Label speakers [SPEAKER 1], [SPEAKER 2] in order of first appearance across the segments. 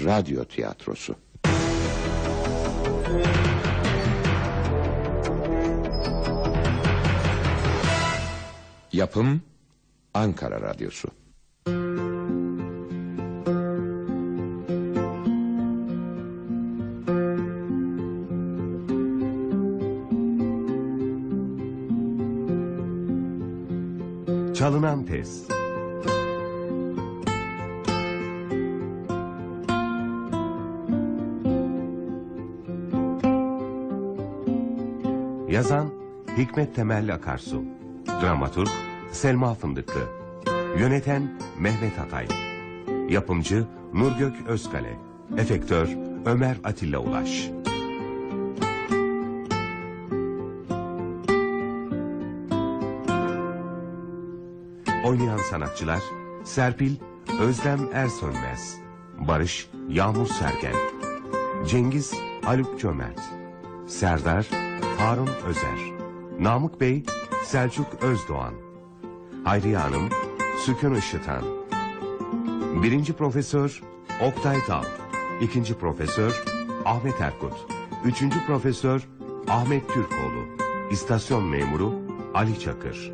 [SPEAKER 1] radyo tiyatrosu. Yapım Ankara Radyosu.
[SPEAKER 2] Çalınan Tez. Yazan Hikmet Temel Akarsu. Dramaturg Selma Fındıklı. Yöneten Mehmet Atay. Yapımcı Nurgök Özkale. Efektör Ömer Atilla Ulaş. Oynayan sanatçılar: Serpil Özlem Ersönmez, Barış Yağmur Sergen, Cengiz Haluk Cömert, Serdar Harun Özer, Namık Bey Selçuk Özdoğan, Hayriye Hanım Sükun Işıtan, 1. Profesör Oktay Dal, 2. Profesör Ahmet Erkut, 3. Profesör Ahmet Türkoğlu, İstasyon Memuru Ali Çakır.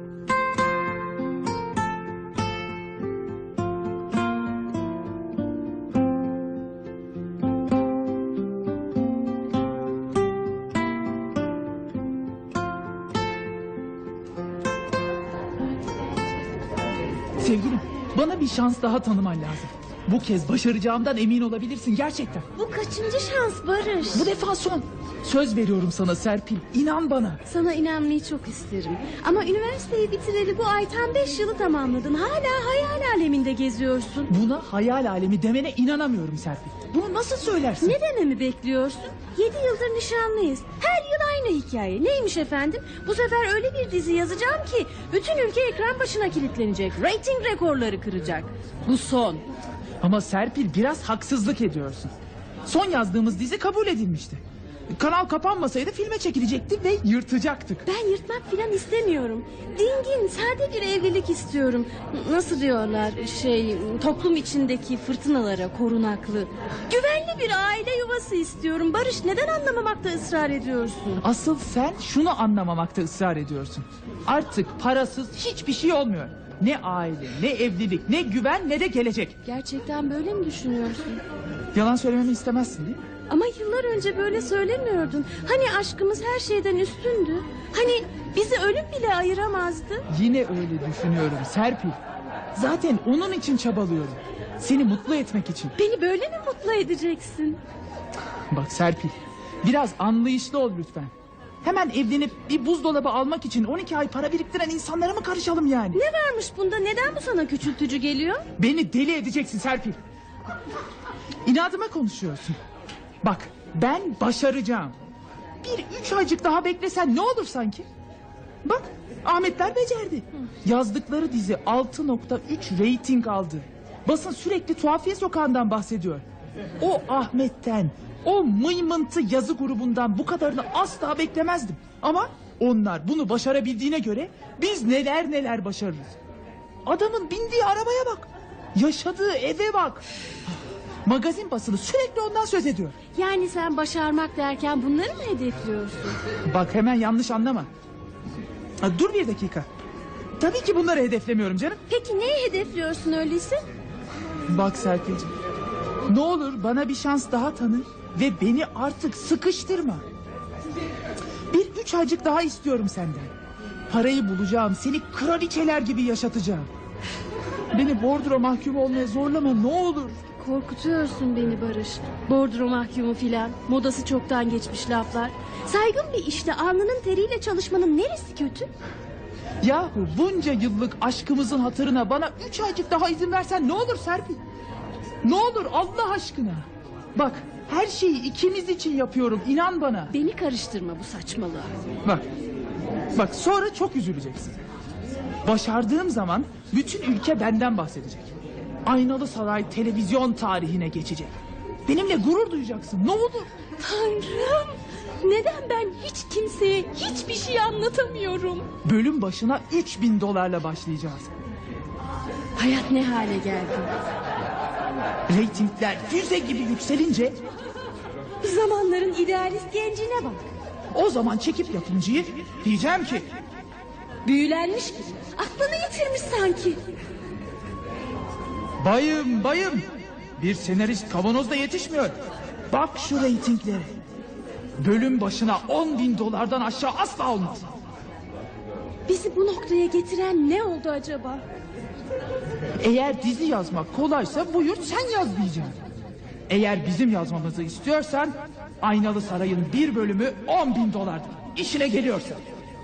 [SPEAKER 3] Sevgilim, bana bir şans daha tanıman lazım. Bu kez başaracağımdan emin olabilirsin gerçekten.
[SPEAKER 4] Bu kaçıncı şans Barış?
[SPEAKER 3] Bu defa son. Söz veriyorum sana Serpil, inan bana.
[SPEAKER 4] Sana inanmayı çok isterim. Ama üniversiteyi bitireli bu ay tam 5 yılı tamamladın. Hala hayal aleminde geziyorsun.
[SPEAKER 3] Buna hayal alemi demene inanamıyorum Serpil. Bunu nasıl söylersin?
[SPEAKER 4] Ne dememi bekliyorsun? 7 yıldır nişanlıyız. Her yıl aynı hikaye. Neymiş efendim? Bu sefer öyle bir dizi yazacağım ki bütün ülke ekran başına kilitlenecek. Rating rekorları kıracak. Bu son.
[SPEAKER 3] Ama Serpil, biraz haksızlık ediyorsun. Son yazdığımız dizi kabul edilmişti. Kanal kapanmasaydı filme çekilecekti ve yırtacaktık.
[SPEAKER 4] Ben yırtmak filan istemiyorum. Dingin, sade bir evlilik istiyorum. Nasıl diyorlar, toplum içindeki fırtınalara korunaklı. Güvenli bir aile yuvası istiyorum. Barış, neden anlamamakta ısrar ediyorsun?
[SPEAKER 3] Asıl sen şunu anlamamakta ısrar ediyorsun. Artık parasız hiçbir şey olmuyor. Ne aile, ne evlilik, ne güven, ne de gelecek.
[SPEAKER 4] Gerçekten böyle mi düşünüyorsun?
[SPEAKER 3] Yalan söylememi istemezsin değil mi?
[SPEAKER 4] Ama yıllar önce böyle söylemiyordun. Hani aşkımız her şeyden üstündü. Hani bizi ölüm bile ayıramazdı.
[SPEAKER 3] Yine öyle düşünüyorum Serpil. Zaten onun için çabalıyorum. Seni mutlu etmek için.
[SPEAKER 4] Beni böyle mi mutlu edeceksin?
[SPEAKER 3] Bak Serpil, biraz anlayışlı ol lütfen. Hemen evlenip bir buzdolabı almak için 12 ay para biriktiren insanlara mı karışalım yani?
[SPEAKER 4] Ne varmış bunda? Neden bu sana küçültücü geliyor?
[SPEAKER 3] Beni deli edeceksin Serpil. İnadıma konuşuyorsun. Bak, ben başaracağım. 1-3 aycık daha beklesen ne olur sanki? Bak, Ahmetler becerdi. Yazdıkları dizi 6.3 reyting aldı. Basın sürekli Tuhafiye Sokağı'ndan bahsediyor. O Ahmet'ten, o mıymıntı yazı grubundan bu kadarını asla beklemezdim. Ama onlar bunu başarabildiğine göre biz neler neler başarırız. Adamın bindiği arabaya bak. Yaşadığı eve bak. Magazin basını sürekli ondan söz ediyor.
[SPEAKER 4] Yani sen başarmak derken bunları mı hedefliyorsun?
[SPEAKER 3] Bak, hemen yanlış anlama. Dur bir dakika. Tabii ki bunları hedeflemiyorum canım.
[SPEAKER 4] Peki neyi hedefliyorsun öyleyse?
[SPEAKER 3] Bak Serpil'cim, ne olur bana bir şans daha tanı ve beni artık sıkıştırma. 1-3 aycık daha istiyorum senden. Parayı bulacağım, seni kraliçeler gibi yaşatacağım. Beni bordro mahkumu olmaya zorlama ne olur.
[SPEAKER 4] Korkutuyorsun beni Barış. Bordro mahkumu filan. Modası çoktan geçmiş laflar. Saygın bir işte alnının teriyle çalışmanın neresi kötü?
[SPEAKER 3] Yahu bunca yıllık aşkımızın hatırına bana 3 aycık daha izin versen ne olur Serpil? Ne olur Allah aşkına. Bak, her şeyi ikimiz için yapıyorum, inan bana.
[SPEAKER 4] Beni karıştırma bu saçmalığa.
[SPEAKER 3] Bak sonra çok üzüleceksin. Başardığım zaman bütün ülke benden bahsedecek. Aynalı Saray televizyon tarihine geçecek. Benimle gurur duyacaksın, ne olur.
[SPEAKER 4] Tanrım, neden ben hiç kimseye hiçbir şey anlatamıyorum?
[SPEAKER 3] Bölüm başına $3000 başlayacağız.
[SPEAKER 4] Hayat ne hale geldi?
[SPEAKER 3] Reytingler füze gibi yükselince
[SPEAKER 4] Zamanların idealist gencine bak.
[SPEAKER 3] o zaman çekip yapımcıyı diyeceğim ki
[SPEAKER 4] Büyülenmiş gibi. Aklını yitirmiş sanki.
[SPEAKER 3] bayım bir senarist kavanozda yetişmiyor. Bak şu reytinglere. Bölüm başına $10.000'dan aşağı asla olmaz.
[SPEAKER 4] Bizi bu noktaya getiren ne oldu acaba?
[SPEAKER 3] Eğer dizi yazmak kolaysa buyur sen yaz diyeceğim. Eğer bizim yazmamızı istiyorsan Aynalı Saray'ın bir bölümü $10.000'dır. İşine geliyorsa.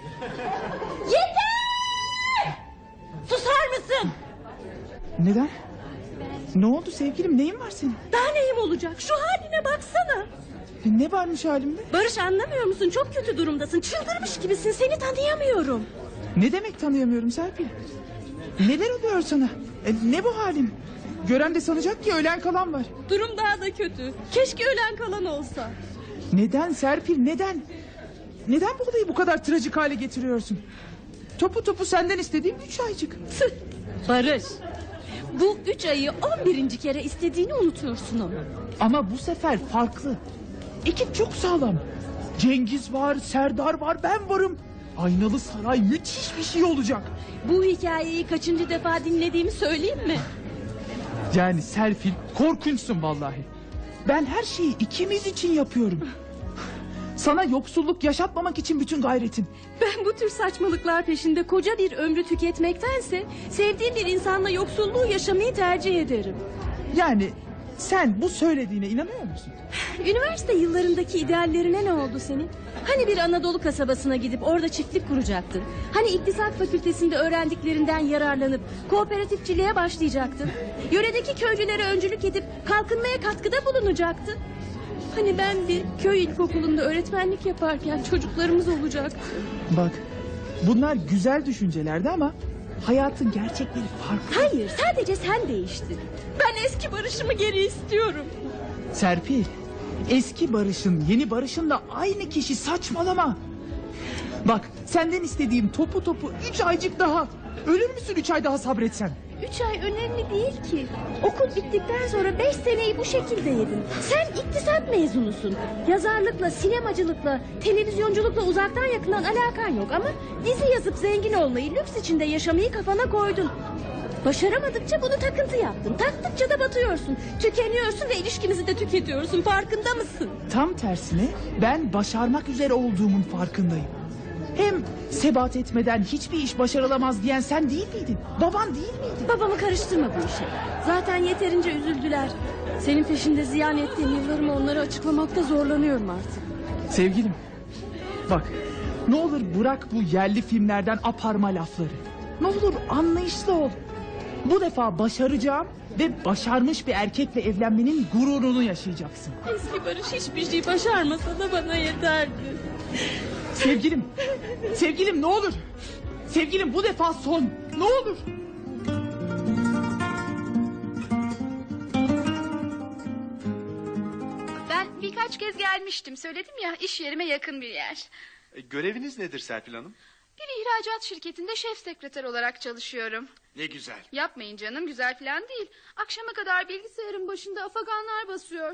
[SPEAKER 4] Yeter! Susar mısın?
[SPEAKER 3] Neden? Ne oldu sevgilim, neyin var senin?
[SPEAKER 4] Daha neyim olacak? Şu haline baksana.
[SPEAKER 3] Ne varmış halimde?
[SPEAKER 4] Barış, anlamıyor musun? Çok kötü durumdasın. Çıldırmış gibisin. Seni tanıyamıyorum.
[SPEAKER 3] Ne demek tanıyamıyorum Serpil? Neler oluyor sana? Ne bu halin? Gören de sanacak ki ölen kalan var.
[SPEAKER 4] Durum daha da kötü. Keşke ölen kalan olsa.
[SPEAKER 3] Neden Serpil, neden? Neden bu olayı bu kadar trajik hale getiriyorsun? Topu senden istediğim 3 aycık.
[SPEAKER 4] Barış, bu 3 ayı 11. kere istediğini unutuyorsun ama.
[SPEAKER 3] Ama bu sefer farklı. Ekip çok sağlam. Cengiz var, Serdar var, ben varım. Aynalı Saray müthiş bir şey olacak.
[SPEAKER 4] Bu hikayeyi kaçıncı defa dinlediğimi söyleyeyim mi?
[SPEAKER 3] Yani Serpil korkunçsun vallahi. Ben her şeyi ikimiz için yapıyorum. Sana yoksulluk yaşatmamak için bütün gayretim.
[SPEAKER 4] Ben bu tür saçmalıklar peşinde koca bir ömrü tüketmektense sevdiğim bir insanla yoksulluğu yaşamayı tercih ederim.
[SPEAKER 3] Yani sen bu söylediğine inanıyor musun?
[SPEAKER 4] Üniversite yıllarındaki ideallerine ne oldu senin? Hani bir Anadolu kasabasına gidip orada çiftlik kuracaktın? Hani iktisat fakültesinde öğrendiklerinden yararlanıp kooperatifçiliğe başlayacaktın? Yöredeki köylülere öncülük edip kalkınmaya katkıda bulunacaktın? Hani ben bir köy ilkokulunda öğretmenlik yaparken çocuklarımız olacaktı?
[SPEAKER 3] Bak, bunlar güzel düşüncelerdi ama hayatın gerçekleri farklı.
[SPEAKER 4] Hayır, sadece sen değiştin. Ben eski Barış'ımı geri istiyorum.
[SPEAKER 3] Serpil, eski Barış'ın yeni Barış'ınla aynı kişi, saçmalama. Bak, senden istediğim topu 3 aycık daha. Ölür müsün 3 ay daha sabretsen?
[SPEAKER 4] 3 ay önemli değil ki. Okul bittikten sonra 5 seneyi bu şekilde yedin. Sen iktisat mezunusun. Yazarlıkla, sinemacılıkla, televizyonculukla uzaktan yakından alakan yok. Ama dizi yazıp zengin olmayı, lüks içinde yaşamayı kafana koydun. Başaramadıkça bunu takıntı yaptın. Taktıkça da batıyorsun. Tükeniyorsun ve ilişkimizi de tüketiyorsun. Farkında mısın?
[SPEAKER 3] Tam tersine ben başarmak üzere olduğumun farkındayım. Hem sebat etmeden hiçbir iş başarılamaz diyen sen değil miydin? Baban değil miydi?
[SPEAKER 4] Babamı karıştırma bu işe. Zaten yeterince üzüldüler. Senin peşinde ziyan ettiğim yıllarımı onlara açıklamakta zorlanıyorum artık.
[SPEAKER 3] Sevgilim, bak, ne olur bırak bu yerli filmlerden aparma lafları. Ne olur anlayışlı ol. Bu defa başaracağım ve başarmış bir erkekle evlenmenin gururunu yaşayacaksın.
[SPEAKER 4] Eski Barış hiçbir şey başarmasa da bana yeterdi.
[SPEAKER 3] Sevgilim ne olur. Sevgilim, bu defa son. Ne olur.
[SPEAKER 5] Ben birkaç kez gelmiştim, söyledim ya, iş yerime yakın bir yer.
[SPEAKER 6] Göreviniz nedir Serpil Hanım?
[SPEAKER 5] Bir ihracat şirketinde şef sekreter olarak çalışıyorum.
[SPEAKER 6] Ne güzel.
[SPEAKER 5] Yapmayın canım, güzel falan değil. Akşama kadar bilgisayarın başında afaganlar basıyor.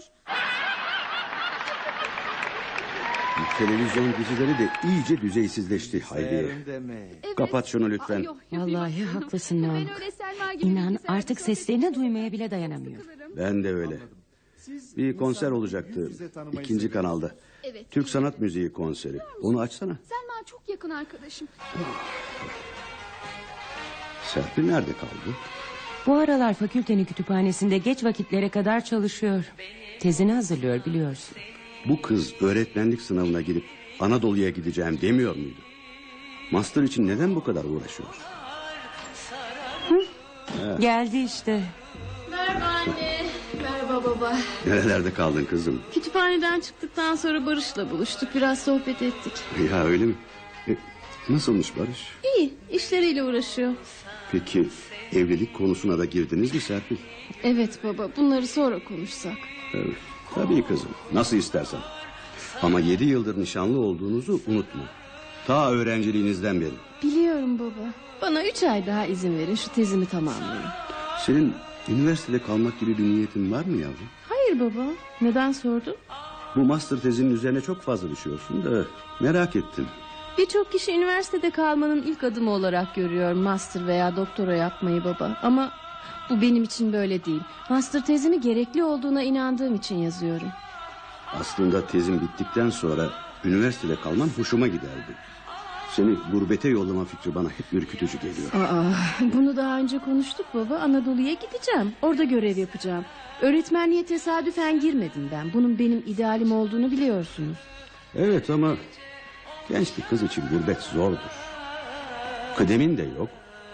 [SPEAKER 7] Televizyon dizileri de iyice düzeysizleşti Hayriye.
[SPEAKER 5] Evet.
[SPEAKER 7] Kapat şunu lütfen.
[SPEAKER 5] Yok,
[SPEAKER 8] Vallahi
[SPEAKER 5] yok,
[SPEAKER 8] haklısın
[SPEAKER 5] ben
[SPEAKER 8] Namık.
[SPEAKER 5] öyle Selma gibi
[SPEAKER 8] İnan
[SPEAKER 5] bilgisayarda
[SPEAKER 8] artık
[SPEAKER 5] çalışıp
[SPEAKER 8] seslerini duymaya bile dayanamıyor.
[SPEAKER 5] sıkılırım.
[SPEAKER 7] Ben de öyle. Bir konser olacaktı ikinci kanalda.
[SPEAKER 5] Evet.
[SPEAKER 7] Türk sanat müziği konseri. Onu açsana.
[SPEAKER 5] Selma çok yakın arkadaşım.
[SPEAKER 7] Serpil nerede kaldı?
[SPEAKER 8] Bu aralar fakültenin kütüphanesinde geç vakitlere kadar çalışıyor. Tezini hazırlıyor biliyorsun.
[SPEAKER 7] Bu kız öğretmenlik sınavına girip Anadolu'ya gideceğim demiyor muydu? Master için neden bu kadar uğraşıyor?
[SPEAKER 8] Geldi işte.
[SPEAKER 5] Merhaba anne. Merhaba baba.
[SPEAKER 7] Nerelerde kaldın kızım?
[SPEAKER 5] Kütüphaneden çıktıktan sonra Barış'la buluştuk. Biraz sohbet ettik.
[SPEAKER 7] Ya öyle mi? Nasılmış Barış?
[SPEAKER 5] İyi, işleriyle uğraşıyor.
[SPEAKER 7] Peki evlilik konusuna da girdiniz mi Serpil?
[SPEAKER 5] Evet baba, bunları sonra konuşsak.
[SPEAKER 7] Evet, tabii kızım. Nasıl istersen. Ama 7 yıldır nişanlı olduğunuzu unutma. Ta öğrenciliğinizden beri.
[SPEAKER 5] Biliyorum baba. Bana 3 ay daha izin verin, şu tezimi tamamlayayım.
[SPEAKER 7] Senin Üniversitede kalmak gibi bir niyetin var mı yavrum?
[SPEAKER 4] Hayır baba. Neden sordun?
[SPEAKER 7] Bu master tezinin üzerine çok fazla düşüyorsun da merak ettim.
[SPEAKER 4] Birçok kişi üniversitede kalmanın ilk adımı olarak görüyor master veya doktora yapmayı baba. Ama bu benim için böyle değil. Master tezimi gerekli olduğuna inandığım için yazıyorum.
[SPEAKER 7] Aslında tezin bittikten sonra üniversitede kalman hoşuma giderdi. Seni gurbete yollama fikri bana hep ürkütücü geliyor.
[SPEAKER 4] Bunu daha önce konuştuk baba. Anadolu'ya gideceğim. Orada görev yapacağım. Öğretmenliğe tesadüfen girmedim ben. Bunun benim idealim olduğunu biliyorsunuz.
[SPEAKER 7] Evet ama genç bir kız için gurbet zordur. Kıdemin de yok.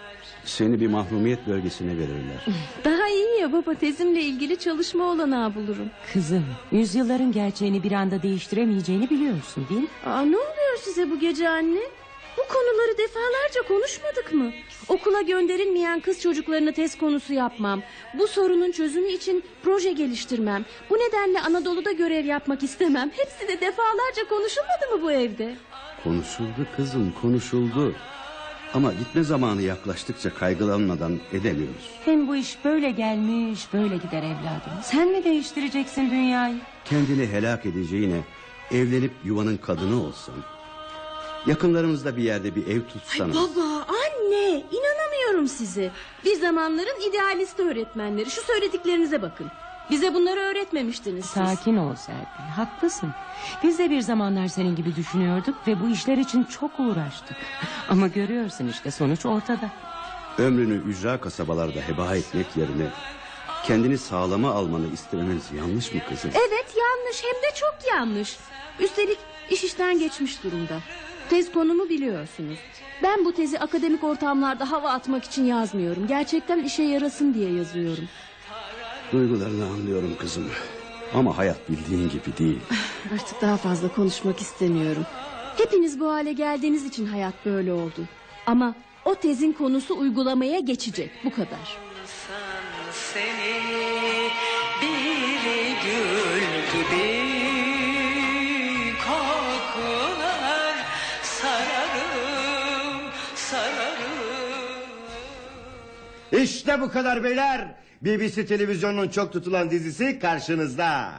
[SPEAKER 7] Seni bir mahrumiyet bölgesine verirler.
[SPEAKER 4] Daha iyi ya baba, tezimle ilgili çalışma olanağı bulurum.
[SPEAKER 8] Kızım, yüzyılların gerçeğini bir anda değiştiremeyeceğini biliyorsun değil mi?
[SPEAKER 4] Ne oluyor size bu gece anne? Bu konuları defalarca konuşmadık mı? Okula gönderilmeyen kız çocuklarını test konusu yapmam. Bu sorunun çözümü için proje geliştirmem. Bu nedenle Anadolu'da görev yapmak istemem. Hepsi de defalarca konuşulmadı mı bu evde?
[SPEAKER 7] Konuşuldu kızım, konuşuldu. Ama gitme zamanı yaklaştıkça kaygılanmadan edemiyoruz.
[SPEAKER 8] Hem bu iş böyle gelmiş böyle gider evladım. Sen mi değiştireceksin dünyayı?
[SPEAKER 7] Kendini helak edeceğine evlenip yuvanın kadını olsan. Yakınlarımızda bir yerde bir ev tutsana.
[SPEAKER 4] Baba, anne, inanamıyorum size. Bir zamanların idealist öğretmenleri. Şu söylediklerinize bakın. Bize bunları öğretmemiştiniz siz.
[SPEAKER 8] Sakin ol Serpil, haklısın. Biz de bir zamanlar senin gibi düşünüyorduk ve bu işler için çok uğraştık. Ama görüyorsun işte, sonuç ortada.
[SPEAKER 7] Ömrünü ücra kasabalarda heba etmek yerine kendini sağlama almanı istemeniz yanlış mı kızım?
[SPEAKER 4] Evet, yanlış, hem de çok yanlış. Üstelik iş işten geçmiş durumda. Tez konumu biliyorsunuz. Ben bu tezi akademik ortamlarda hava atmak için yazmıyorum. Gerçekten işe yarasın diye yazıyorum.
[SPEAKER 7] Duygularını anlıyorum kızım. Ama hayat bildiğin gibi değil.
[SPEAKER 4] Artık daha fazla konuşmak istemiyorum. Hepiniz bu hale geldiğiniz için hayat böyle oldu. Ama o tezin konusu uygulamaya geçecek, bu kadar.
[SPEAKER 9] Seni bir gül gibi kokular sararım, sararım.
[SPEAKER 10] İşte bu kadar beyler. BBC televizyonunun çok tutulan dizisi karşınızda.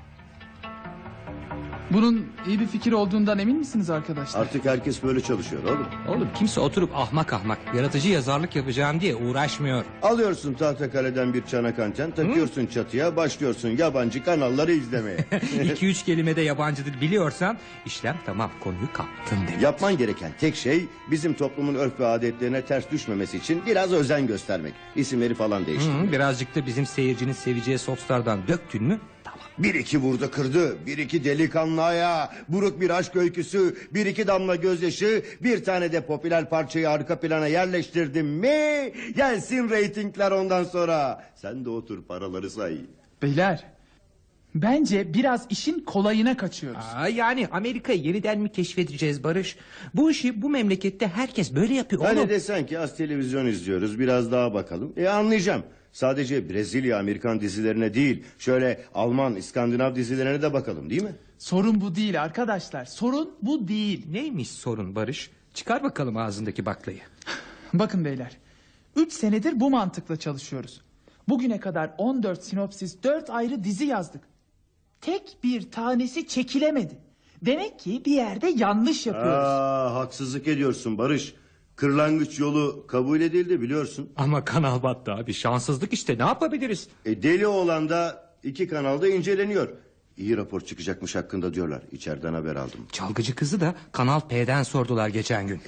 [SPEAKER 3] Bunun iyi bir fikir olduğundan emin misiniz arkadaşlar?
[SPEAKER 7] Artık herkes böyle çalışıyor oğlum.
[SPEAKER 11] Oğlum kimse oturup ahmak ahmak yaratıcı yazarlık yapacağım diye uğraşmıyor.
[SPEAKER 10] Alıyorsun Tahtakale'den bir çanak anten, takıyorsun çatıya, başlıyorsun yabancı kanalları izlemeye.
[SPEAKER 11] 2-3 kelimede yabancı dil biliyorsan işlem tamam, konuyu kaptın demek.
[SPEAKER 10] Yapman gereken tek şey bizim toplumun örf ve adetlerine ters düşmemesi için biraz özen göstermek. İsimleri falan değiştirmek.
[SPEAKER 11] Birazcık da bizim seyircinin seveceği soslardan döktün mü tamam.
[SPEAKER 10] Bir iki vurdu kırdı, bir iki delikanlı ayağı, buruk bir aşk öyküsü, bir iki damla gözyaşı, bir tane de popüler parçayı arka plana yerleştirdim mi? Gelsin reytingler ondan sonra. Sen de otur paraları say.
[SPEAKER 3] Beyler, bence biraz işin kolayına kaçıyoruz.
[SPEAKER 11] Yani Amerika'yı yeniden mi keşfedeceğiz Barış? Bu işi bu memlekette herkes böyle yapıyor oğlum.
[SPEAKER 10] Hani desen ki az televizyon izliyoruz, biraz daha bakalım. Anlayacağım. Sadece Brezilya, Amerikan dizilerine değil, şöyle Alman, İskandinav dizilerine de bakalım değil mi?
[SPEAKER 3] Sorun bu değil arkadaşlar, sorun bu değil.
[SPEAKER 11] Neymiş sorun Barış? Çıkar bakalım ağzındaki baklayı.
[SPEAKER 3] Bakın beyler, 3 senedir bu mantıkla çalışıyoruz. Bugüne kadar 14 sinopsis, 4 ayrı dizi yazdık. Tek bir tanesi çekilemedi. Demek ki bir yerde yanlış yapıyoruz.
[SPEAKER 10] Haksızlık ediyorsun Barış. Kırlangıç yolu kabul edildi biliyorsun.
[SPEAKER 11] Ama kanal battı abi, şanssızlık işte, ne yapabiliriz?
[SPEAKER 10] Deli olan da 2 kanalda inceleniyor. İyi rapor çıkacakmış hakkında diyorlar. İçeriden haber aldım.
[SPEAKER 11] Çalgıcı kızı da Kanal P'den sordular geçen gün.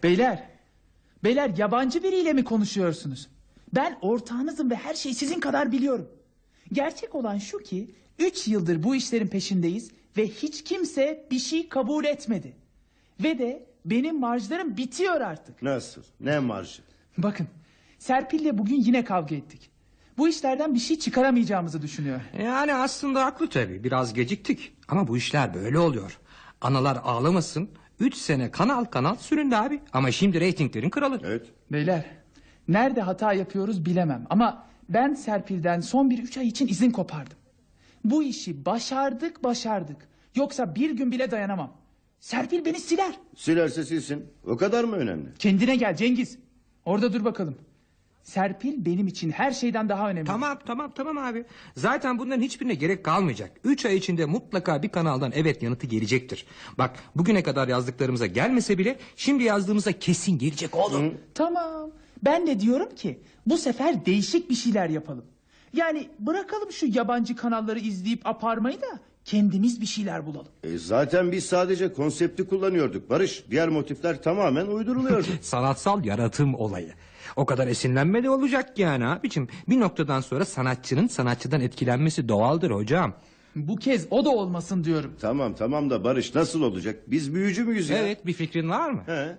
[SPEAKER 3] Beyler yabancı biriyle mi konuşuyorsunuz? Ben ortağınızım ve her şeyi sizin kadar biliyorum. Gerçek olan şu ki 3 yıldır bu işlerin peşindeyiz ve hiç kimse bir şey kabul etmedi. Ve de benim marjlarım bitiyor artık.
[SPEAKER 10] Nasıl? Ne marjı?
[SPEAKER 3] Bakın, Serpil'le bugün yine kavga ettik. Bu işlerden bir şey çıkaramayacağımızı düşünüyor.
[SPEAKER 11] Yani aslında haklı tabii, biraz geciktik. Ama bu işler böyle oluyor. Analar ağlamasın, 3 sene kanal süründü abi. Ama şimdi reytinglerin kralı.
[SPEAKER 10] Evet.
[SPEAKER 3] Beyler, nerede hata yapıyoruz bilemem. Ama ben Serpil'den son 1-3 ay için izin kopardım. Bu işi başardık. Yoksa bir gün bile dayanamam. Serpil beni siler.
[SPEAKER 10] Silerse silsin. O kadar mı önemli?
[SPEAKER 3] Kendine gel Cengiz. Orada dur bakalım. Serpil benim için her şeyden daha önemli.
[SPEAKER 11] Tamam abi. Zaten bunların hiçbirine gerek kalmayacak. 3 ay içinde mutlaka bir kanaldan evet yanıtı gelecektir. Bak bugüne kadar yazdıklarımıza gelmese bile şimdi yazdığımıza kesin gelecek oğlum.
[SPEAKER 3] Tamam. Ben de diyorum ki bu sefer değişik bir şeyler yapalım. Yani bırakalım şu yabancı kanalları izleyip aparmayı da kendimiz bir şeyler bulalım.
[SPEAKER 10] Zaten biz sadece konsepti kullanıyorduk Barış. Diğer motifler tamamen uyduruluyordu.
[SPEAKER 11] Sanatsal yaratım olayı. O kadar esinlenme de olacak yani abicim. Bir noktadan sonra sanatçının sanatçıdan etkilenmesi doğaldır hocam.
[SPEAKER 3] Bu kez o da olmasın diyorum.
[SPEAKER 10] Tamam da Barış nasıl olacak? Biz büyücü müyüz ya?
[SPEAKER 11] Evet, bir fikrin var mı?
[SPEAKER 10] He.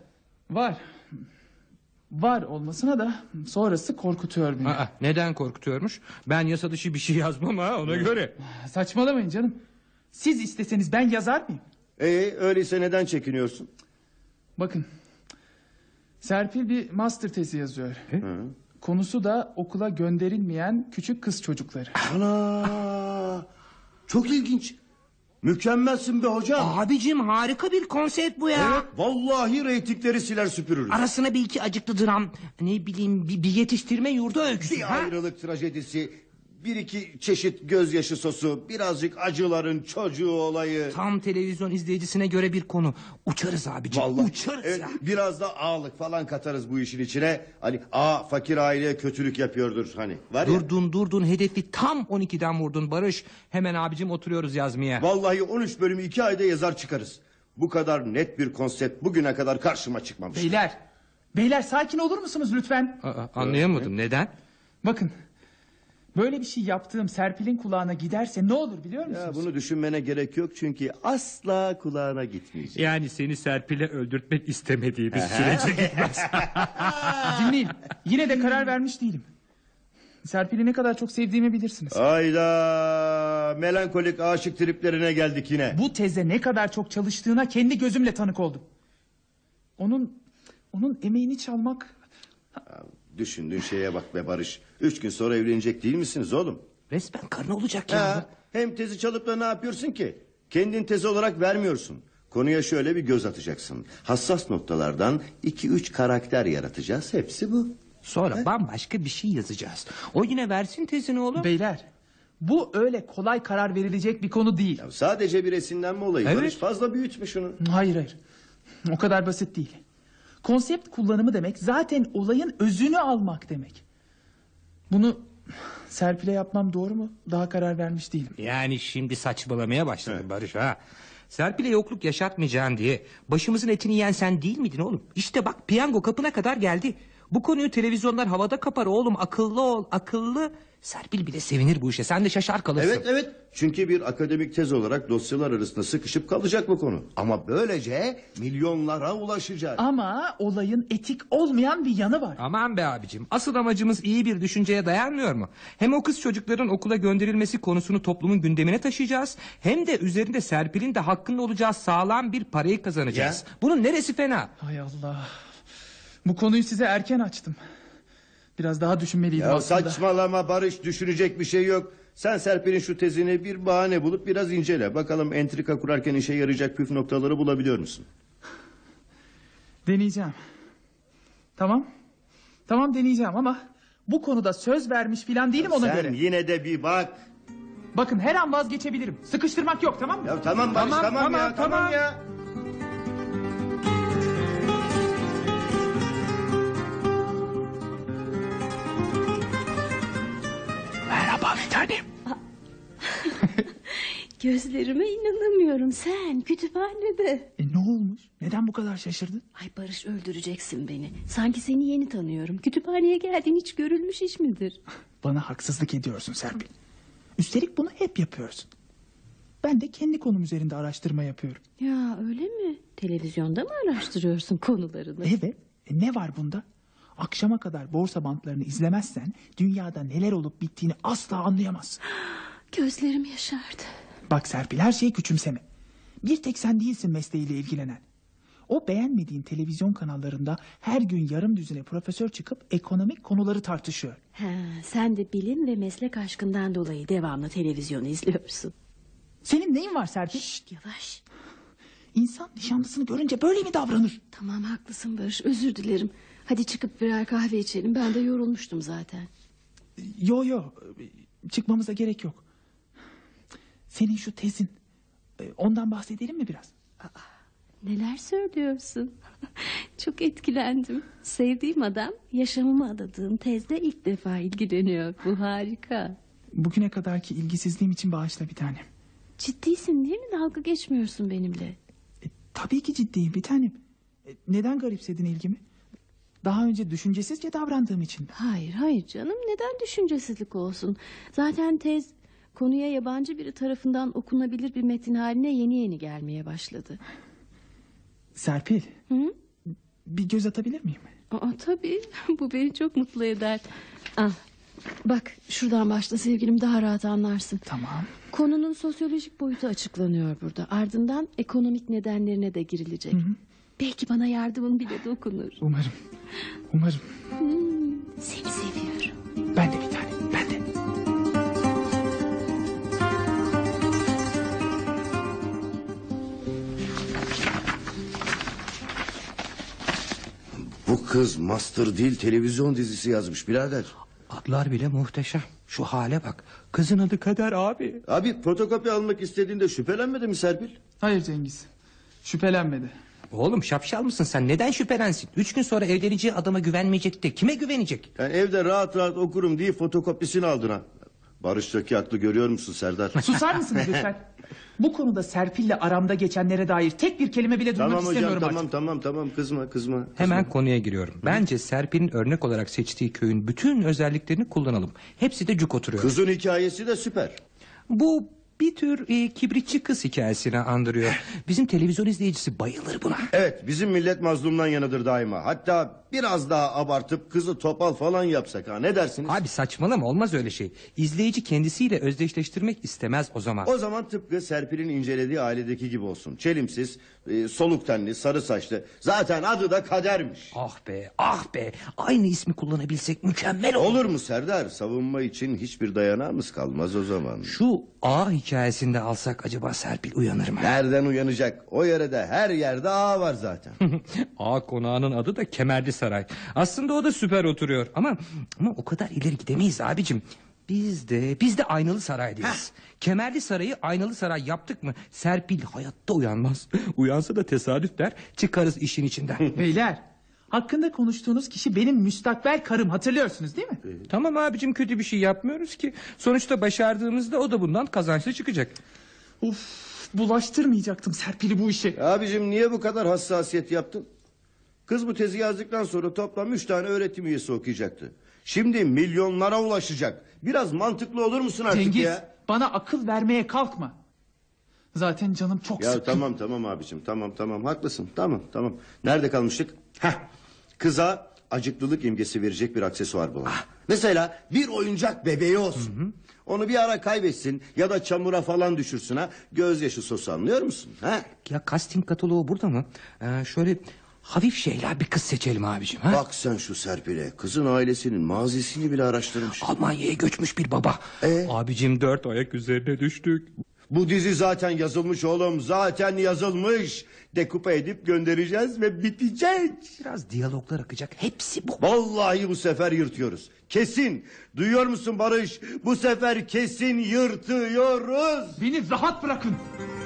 [SPEAKER 3] Var olmasına da sonrası korkutuyor beni.
[SPEAKER 11] Neden korkutuyormuş? Ben yasa dışı bir şey yazmam ha, ona göre.
[SPEAKER 3] Saçmalamayın canım. Siz isteseniz ben yazar mıyım?
[SPEAKER 10] Öyleyse neden çekiniyorsun?
[SPEAKER 3] Bakın. Serpil bir master tezi yazıyor. Konusu da okula gönderilmeyen küçük kız çocukları.
[SPEAKER 10] Ana! Çok ilginç. Mükemmelsin be hocam.
[SPEAKER 11] Abicim harika bir konsept bu ya.
[SPEAKER 10] Evet, vallahi reytingleri siler süpürürüz.
[SPEAKER 11] Arasına bir iki acıklı dram, ne bileyim bir yetiştirme yurdu öyküsü.
[SPEAKER 10] Bir ayrılık trajedisi, bir iki çeşit gözyaşı sosu, birazcık acıların çocuğu olayı.
[SPEAKER 11] Tam televizyon izleyicisine göre bir konu. Uçarız abicim,
[SPEAKER 10] Vallahi,
[SPEAKER 11] uçarız
[SPEAKER 10] evet,
[SPEAKER 11] ya.
[SPEAKER 10] biraz da ağalık falan katarız bu işin içine. Hani fakir aileye kötülük yapıyordur hani. Var ya.
[SPEAKER 11] Durdun hedefi tam 12'den vurdun Barış. Hemen abicim oturuyoruz yazmaya.
[SPEAKER 10] Vallahi 13 bölümü 2 ayda yazar çıkarız. Bu kadar net bir konsept bugüne kadar karşıma çıkmamış.
[SPEAKER 3] Beyler sakin olur musunuz lütfen?
[SPEAKER 11] Anlayamadım, neden?
[SPEAKER 3] Bakın. Böyle bir şey yaptığım Serpil'in kulağına giderse ne olur biliyor musunuz?
[SPEAKER 10] Ya bunu düşünmene gerek yok çünkü asla kulağına gitmeyecek.
[SPEAKER 11] Yani seni Serpil'e öldürtmek istemediğimiz sürece gitmez.
[SPEAKER 3] Dinleyin. Yine de karar vermiş değilim. Serpil'i ne kadar çok sevdiğimi bilirsiniz.
[SPEAKER 10] Hayda, melankolik aşık triplerine geldik yine.
[SPEAKER 3] Bu teze ne kadar çok çalıştığına kendi gözümle tanık oldum. Onun emeğini çalmak...
[SPEAKER 10] Düşündüğün şeye bak be Barış. 3 gün sonra evlenecek değil misiniz oğlum?
[SPEAKER 11] Resmen karın olacak ya.
[SPEAKER 10] Hem tezi çalıp da ne yapıyorsun ki? Kendin tezi olarak vermiyorsun. Konuya şöyle bir göz atacaksın. Hassas noktalardan 2-3 karakter yaratacağız. Hepsi bu.
[SPEAKER 11] Sonra bambaşka bir şey yazacağız. O yine versin tezini oğlum.
[SPEAKER 3] Beyler, bu öyle kolay karar verilecek bir konu değil.
[SPEAKER 10] Ya sadece bir esinlenme olayı.
[SPEAKER 11] Evet.
[SPEAKER 10] Barış fazla büyütme şunu.
[SPEAKER 3] Hayır. O kadar basit değil. Konsept kullanımı demek zaten olayın özünü almak demek. Bunu Serpil'e yapmam doğru mu? Daha karar vermiş değilim.
[SPEAKER 11] Yani şimdi saçmalamaya başladı Barış ha. Serpil'e yokluk yaşatmayacaksın diye başımızın etini yiyen sen değil miydin oğlum? İşte bak piyango kapına kadar geldi. Bu konuyu televizyonlar havada kapar oğlum, akıllı ol, akıllı. Serpil bile sevinir bu işe, sen de şaşar kalırsın.
[SPEAKER 10] Evet. Çünkü bir akademik tez olarak dosyalar arasında sıkışıp kalacak bu konu. Ama böylece milyonlara ulaşacak.
[SPEAKER 3] Ama olayın etik olmayan bir yanı var.
[SPEAKER 11] Aman be abicim, asıl amacımız iyi bir düşünceye dayanmıyor mu? Hem o kız çocukların okula gönderilmesi konusunu toplumun gündemine taşıyacağız, hem de üzerinde Serpil'in de hakkında olacağı sağlam bir parayı kazanacağız. Bunun neresi fena?
[SPEAKER 3] Hay Allah. Bu konuyu size erken açtım. Biraz daha düşünmeliydim
[SPEAKER 10] Ya
[SPEAKER 3] aslında.
[SPEAKER 10] saçmalama Barış, düşünecek bir şey yok. Sen Serpil'in şu tezini bir bahane bulup biraz incele. Bakalım entrika kurarken işe yarayacak püf noktaları bulabiliyor musun?
[SPEAKER 3] Deneyeceğim. Tamam deneyeceğim ama bu konuda söz vermiş filan değilim ona göre.
[SPEAKER 10] Sen yine de bir bak.
[SPEAKER 3] Bakın her an vazgeçebilirim. Sıkıştırmak yok, tamam mı?
[SPEAKER 10] Ya tamam Barış, tamam ya.
[SPEAKER 3] Merhaba bir tanem.
[SPEAKER 4] Gözlerime inanamıyorum, sen kütüphanede.
[SPEAKER 3] Ne olmuş? Neden bu kadar şaşırdın?
[SPEAKER 4] Ay Barış, öldüreceksin beni. Sanki seni yeni tanıyorum. Kütüphaneye geldiğin hiç görülmüş iş midir?
[SPEAKER 3] Bana haksızlık ediyorsun Serpil. Üstelik bunu hep yapıyorsun. Ben de kendi konum üzerinde araştırma yapıyorum.
[SPEAKER 4] Ya öyle mi? Televizyonda mı araştırıyorsun konularını?
[SPEAKER 3] Evet. Ne var bunda? Akşama kadar borsa bantlarını izlemezsen dünyada neler olup bittiğini asla anlayamazsın.
[SPEAKER 4] Gözlerim yaşardı.
[SPEAKER 3] Bak Serpil, her şeyi küçümseme. Bir tek sen değilsin mesleğiyle ilgilenen. O beğenmediğin televizyon kanallarında her gün yarım düzine profesör çıkıp ekonomik konuları tartışıyor.
[SPEAKER 4] Sen de bilim ve meslek aşkından dolayı devamlı televizyon izliyorsun.
[SPEAKER 3] Senin neyin var Serpil?
[SPEAKER 4] Şşt, yavaş.
[SPEAKER 3] İnsan nişanlısını görünce böyle mi davranır?
[SPEAKER 4] Tamam, haklısın Barış, özür dilerim. Hadi çıkıp birer kahve içelim. Ben de yorulmuştum zaten.
[SPEAKER 3] Yo, çıkmamıza gerek yok. Senin şu tezin, ondan bahsedelim mi biraz?
[SPEAKER 4] Neler söylüyorsun? Çok etkilendim. Sevdiğim adam yaşamımı adadığım tezle ilk defa ilgileniyor. Bu harika.
[SPEAKER 3] Bugüne kadarki ilgisizliğim için bağışla bir tanem.
[SPEAKER 4] Ciddisin değil mi? Dalga geçmiyorsun benimle.
[SPEAKER 3] Tabii ki ciddiyim bir tanem. Neden garipsedin ilgimi? Daha önce düşüncesizce davrandığım için mi?
[SPEAKER 4] Hayır canım, neden düşüncesizlik olsun? Zaten tez konuya yabancı biri tarafından okunabilir bir metin haline yeni gelmeye başladı.
[SPEAKER 3] Serpil,
[SPEAKER 4] Hı?
[SPEAKER 3] bir göz atabilir miyim?
[SPEAKER 4] Tabii, bu beni çok mutlu eder. Bak şuradan başla sevgilim, daha rahat anlarsın.
[SPEAKER 3] Tamam.
[SPEAKER 4] Konunun sosyolojik boyutu açıklanıyor burada. Ardından ekonomik nedenlerine de girilecek. Belki bana yardımın bile dokunur.
[SPEAKER 3] Umarım.
[SPEAKER 4] Seni seviyorum.
[SPEAKER 3] Ben de bir tane, ben de.
[SPEAKER 10] Bu kız Master değil televizyon dizisi yazmış birader.
[SPEAKER 11] Adlar bile muhteşem. Şu hale bak. Kızın adı Kader abi.
[SPEAKER 10] Abi fotokopi almak istediğinde şüphelenmedi mi Serpil?
[SPEAKER 3] Hayır Cengiz, şüphelenmedi.
[SPEAKER 11] Oğlum şapşal mısın sen? Neden şüphelensin? 3 gün sonra evleneceği adama güvenmeyecek de kime güvenecek?
[SPEAKER 10] Yani evde rahat rahat okurum diye fotokopisini aldın ha. Barış'taki aklı görüyor musun Serdar?
[SPEAKER 3] Susar mısınız lütfen? Bu konuda Serpil'le aramda geçenlere dair tek bir kelime bile duymak
[SPEAKER 10] Tamam
[SPEAKER 3] istemiyorum
[SPEAKER 10] hocam
[SPEAKER 3] artık.
[SPEAKER 10] tamam kızma.
[SPEAKER 11] Hemen konuya giriyorum. Bence Serpil'in örnek olarak seçtiği köyün bütün özelliklerini kullanalım. Hepsi de cuk oturuyor.
[SPEAKER 10] Kızın hikayesi de süper.
[SPEAKER 11] Bu bir tür kibritçi kız hikayesini andırıyor. Bizim televizyon izleyicisi bayılır buna.
[SPEAKER 10] Evet, bizim millet mazlumdan yanıdır daima. Hatta biraz daha abartıp kızı topal falan yapsak ha, ne dersiniz?
[SPEAKER 11] Abi saçmalama, olmaz öyle şey. İzleyici kendisiyle özdeşleştirmek istemez o zaman.
[SPEAKER 10] O zaman tıpkı Serpil'in incelediği ailedeki gibi olsun. Çelimsiz, soluk tenli, sarı saçlı. Zaten adı da Kader'miş.
[SPEAKER 11] Ah be. Aynı ismi kullanabilsek mükemmel olur.
[SPEAKER 10] Olur mu Serdar? Savunma için hiçbir dayanağımız kalmaz o zaman.
[SPEAKER 11] Şu A hikayesinde alsak acaba Serpil uyanır mı?
[SPEAKER 10] Nereden uyanacak? O yerde her yerde ağ var zaten.
[SPEAKER 11] A konağının adı da Kemerli Saray. Aslında o da süper oturuyor ama o kadar ileri gidemeyiz abicim. Biz de Aynalı Saray'dayız. Kemerli Saray'ı Aynalı Saray yaptık mı Serpil hayatta uyanmaz. Uyansa da tesadüf der, çıkarız işin içinden.
[SPEAKER 3] Beyler, hakkında konuştuğunuz kişi benim müstakbel karım, hatırlıyorsunuz değil mi?
[SPEAKER 11] Tamam abicim, kötü bir şey yapmıyoruz ki. Sonuçta başardığımızda o da bundan kazançlı çıkacak.
[SPEAKER 3] Bulaştırmayacaktım Serpil'i bu işe.
[SPEAKER 10] Abicim niye bu kadar hassasiyet yaptın? Kız bu tezi yazdıktan sonra toplam 3 tane öğretim üyesi okuyacaktı. Şimdi milyonlara ulaşacak. Biraz mantıklı olur musun artık
[SPEAKER 3] Cengiz,
[SPEAKER 10] ya?
[SPEAKER 3] bana akıl vermeye kalkma. Zaten canım çok sıkkın.
[SPEAKER 10] Tamam abicim tamam haklısın tamam. Nerede kalmıştık? Kıza acıklılık imgesi verecek bir aksesuar bulalım. Mesela bir oyuncak bebeği olsun. Onu bir ara kaybetsin ya da çamura falan düşürsün ha. Gözyaşı sosu, anlıyor musun?
[SPEAKER 11] Ya casting kataloğu burada mı? Şöyle hafif şeyler bir kız seçelim abicim.
[SPEAKER 10] Bak sen şu Serpil'e, kızın ailesinin mazisini bile araştırmış.
[SPEAKER 11] Almanya'ya göçmüş bir baba. Abicim 4 ayak üzerine düştük.
[SPEAKER 10] Bu dizi zaten yazılmış oğlum, zaten yazılmış. Dekupa edip göndereceğiz ve bitecek.
[SPEAKER 11] Biraz diyaloglar akacak, hepsi bu.
[SPEAKER 10] Vallahi bu sefer yırtıyoruz. Kesin. Duyuyor musun Barış? Bu sefer kesin yırtıyoruz.
[SPEAKER 3] Beni rahat bırakın.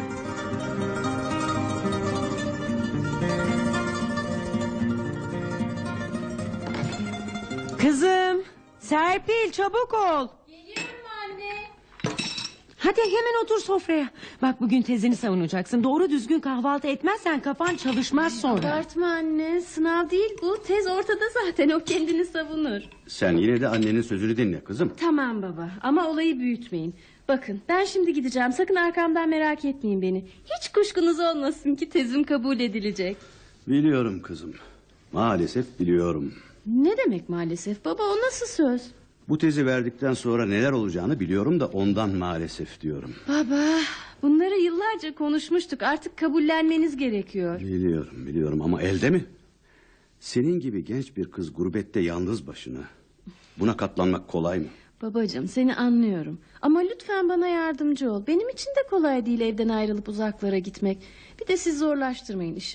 [SPEAKER 8] Kızım, Serpil çabuk ol.
[SPEAKER 4] Geliyorum anne.
[SPEAKER 8] Hadi hemen otur sofraya. Bak bugün tezini savunacaksın. Doğru düzgün kahvaltı etmezsen kafan çalışmaz sonra.
[SPEAKER 4] Abartma anne, sınav değil bu. Tez ortada zaten, o kendini savunur.
[SPEAKER 7] Sen yine de annenin sözünü dinle kızım.
[SPEAKER 4] Tamam baba, ama olayı büyütmeyin. Bakın, ben şimdi gideceğim, sakın arkamdan merak etmeyin beni. Hiç kuşkunuz olmasın ki tezim kabul edilecek.
[SPEAKER 7] Biliyorum kızım. Maalesef biliyorum.
[SPEAKER 4] Ne demek maalesef baba, o nasıl söz?
[SPEAKER 7] Bu tezi verdikten sonra neler olacağını biliyorum da ondan maalesef diyorum.
[SPEAKER 4] Baba, bunları yıllarca konuşmuştuk, artık kabullenmeniz gerekiyor.
[SPEAKER 7] Biliyorum ama elde mi? Senin gibi genç bir kız gurbette yalnız başına. Buna katlanmak kolay mı?
[SPEAKER 4] Babacığım, seni anlıyorum. Ama lütfen bana yardımcı ol. Benim için de kolay değil evden ayrılıp uzaklara gitmek. Bir de siz zorlaştırmayın işimi.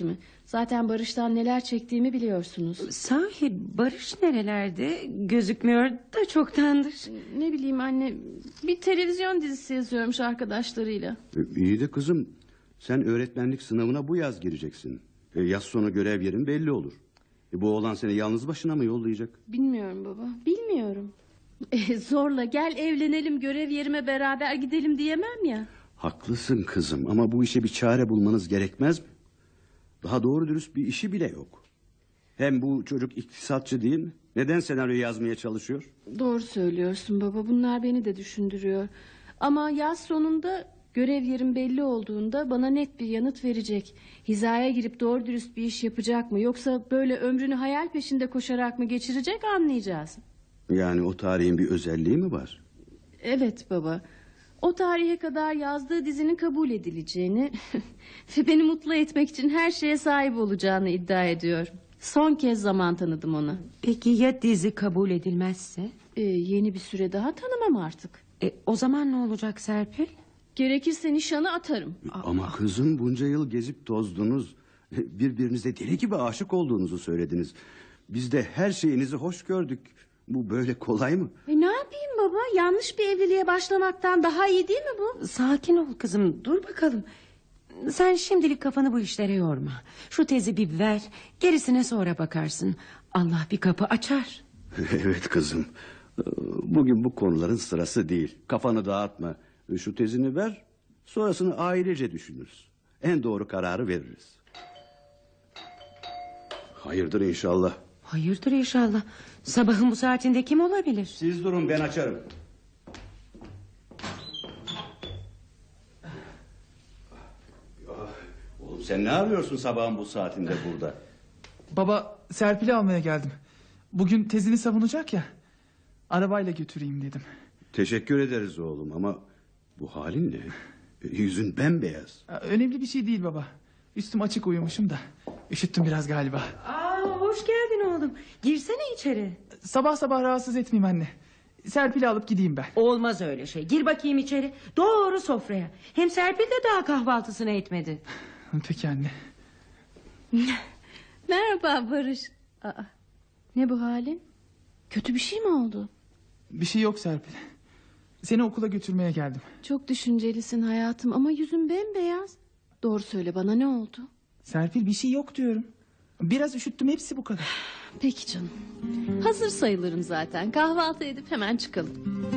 [SPEAKER 4] Zaten Barış'tan neler çektiğimi biliyorsunuz.
[SPEAKER 8] Sahi Barış nerelerde? Gözükmüyor da çoktandır.
[SPEAKER 4] Ne bileyim anne, bir televizyon dizisi yazıyormuş arkadaşlarıyla.
[SPEAKER 7] İyi de kızım, sen öğretmenlik sınavına bu yaz gireceksin. Yaz sonu görev yerin belli olur. Bu oğlan seni yalnız başına mı yollayacak?
[SPEAKER 4] Bilmiyorum baba, bilmiyorum. Zorla gel evlenelim, görev yerime beraber gidelim diyemem ya.
[SPEAKER 7] Haklısın kızım ama bu işe bir çare bulmanız gerekmez mi? Daha doğru dürüst bir işi bile yok. Hem bu çocuk iktisatçı değil mi? Neden senaryo yazmaya çalışıyor?
[SPEAKER 4] Doğru söylüyorsun baba, bunlar beni de düşündürüyor. Ama yaz sonunda görev yerim belli olduğunda bana net bir yanıt verecek. Hizaya girip doğru dürüst bir iş yapacak mı, yoksa böyle ömrünü hayal peşinde koşarak mı geçirecek, anlayacağız.
[SPEAKER 7] Yani o tarihin bir özelliği mi var?
[SPEAKER 4] Evet baba. O tarihe kadar yazdığı dizinin kabul edileceğini ve beni mutlu etmek için her şeye sahip olacağını iddia ediyor. Son kez zaman tanıdım ona.
[SPEAKER 8] Peki ya dizi kabul edilmezse?
[SPEAKER 4] Yeni bir süre daha tanımam artık.
[SPEAKER 8] O zaman ne olacak Serpil?
[SPEAKER 4] Gerekirse nişanı atarım.
[SPEAKER 7] Ama kızım, bunca yıl gezip tozdunuz. Birbirinize deli gibi aşık olduğunuzu söylediniz. Biz de her şeyinizi hoş gördük. Bu böyle kolay mı?
[SPEAKER 4] Ne yapayım baba? Yanlış bir evliliğe başlamaktan daha iyi değil mi bu?
[SPEAKER 8] Sakin ol kızım, dur bakalım. Sen şimdilik kafanı bu işlere yorma. Şu tezi bir ver, gerisine sonra bakarsın. Allah bir kapı açar.
[SPEAKER 7] Evet kızım. Bugün bu konuların sırası değil. Kafanı dağıtma. Şu tezini ver, sonrasını ailece düşünürüz. En doğru kararı veririz. Hayırdır inşallah.
[SPEAKER 8] Hayırdır inşallah. Sabahın bu saatinde kim olabilir?
[SPEAKER 7] Siz durun, ben açarım. Oğlum sen ne arıyorsun sabahın bu saatinde burada?
[SPEAKER 3] Baba, Serpil'i almaya geldim. Bugün tezini savunacak ya. Arabayla götüreyim dedim.
[SPEAKER 7] Teşekkür ederiz oğlum ama bu halin ne? Yüzün bembeyaz.
[SPEAKER 3] Önemli bir şey değil baba. Üstüm açık uyumuşum da. Üşüttüm biraz galiba.
[SPEAKER 8] Hoş geldin oğlum. Girsene içeri.
[SPEAKER 3] Sabah sabah rahatsız etmeyeyim anne. Serpil'i alıp gideyim ben.
[SPEAKER 8] Olmaz öyle şey. Gir bakayım içeri. Doğru sofraya. Hem Serpil de daha kahvaltısını etmedi.
[SPEAKER 3] Peki anne.
[SPEAKER 4] Merhaba Barış. Ne bu halin? Kötü bir şey mi oldu?
[SPEAKER 3] Bir şey yok Serpil. Seni okula götürmeye geldim.
[SPEAKER 4] Çok düşüncelisin hayatım ama yüzün bembeyaz. Doğru söyle bana, ne oldu?
[SPEAKER 3] Serpil, bir şey yok diyorum. Biraz üşüttüm, hepsi bu kadar.
[SPEAKER 4] Peki canım. Hazır sayılırım zaten. Kahvaltı edip hemen çıkalım.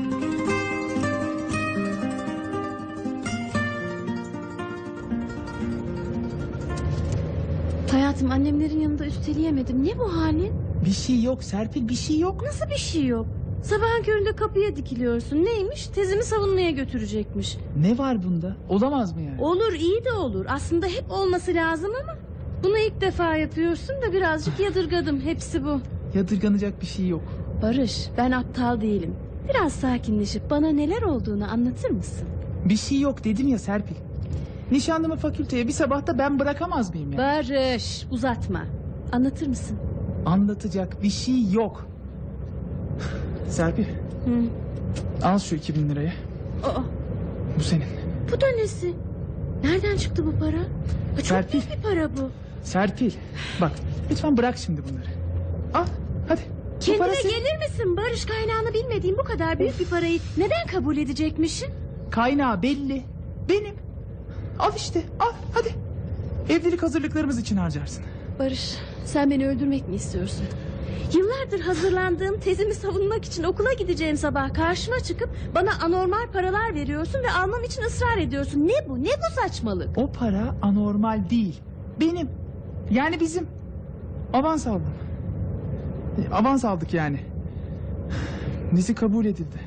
[SPEAKER 4] Hayatım, annemlerin yanında üsteleyemedim. Ne bu halin?
[SPEAKER 3] Bir şey yok Serpil, bir şey yok.
[SPEAKER 4] Nasıl bir şey yok? Sabahın köründe kapıya dikiliyorsun. Neymiş? Tezimi savunmaya götürecekmiş.
[SPEAKER 3] Ne var bunda? Olamaz mı yani?
[SPEAKER 4] Olur, iyi de olur. Aslında hep olması lazım ama bunu ilk defa yapıyorsun da birazcık yadırgadım. Hepsi bu.
[SPEAKER 3] Yadırganacak bir şey yok.
[SPEAKER 4] Barış, ben aptal değilim. Biraz sakinleşip bana neler olduğunu anlatır mısın?
[SPEAKER 3] Bir şey yok dedim ya Serpil. Nişanlımı fakülteye bir sabahta ben bırakamaz mıyım ya?
[SPEAKER 4] Barış, uzatma. Anlatır mısın?
[SPEAKER 3] Anlatacak bir şey yok. Serpil. Al şu 2000 lirayı. Bu senin.
[SPEAKER 4] Bu da nesi? Nereden çıktı bu para? Çok
[SPEAKER 3] Serpil.
[SPEAKER 4] büyük bir para bu.
[SPEAKER 3] Serpil, bak lütfen bırak şimdi bunları. Al hadi.
[SPEAKER 4] Kendine gelir misin Barış? Kaynağını bilmediğim bu kadar büyük bir parayı neden kabul edecekmişsin?
[SPEAKER 3] Kaynağı belli. Benim. Al işte, al hadi. Evlilik hazırlıklarımız için harcarsın.
[SPEAKER 4] Barış, sen beni öldürmek mi istiyorsun? Yıllardır hazırlandığım tezimi savunmak için okula gideceğim sabah karşıma çıkıp bana anormal paralar veriyorsun ve almam için ısrar ediyorsun. Ne bu? Ne bu saçmalık?
[SPEAKER 3] O para anormal değil. Benim. Yani bizim. Avans aldım. Avans aldık yani. Dizi kabul edildi.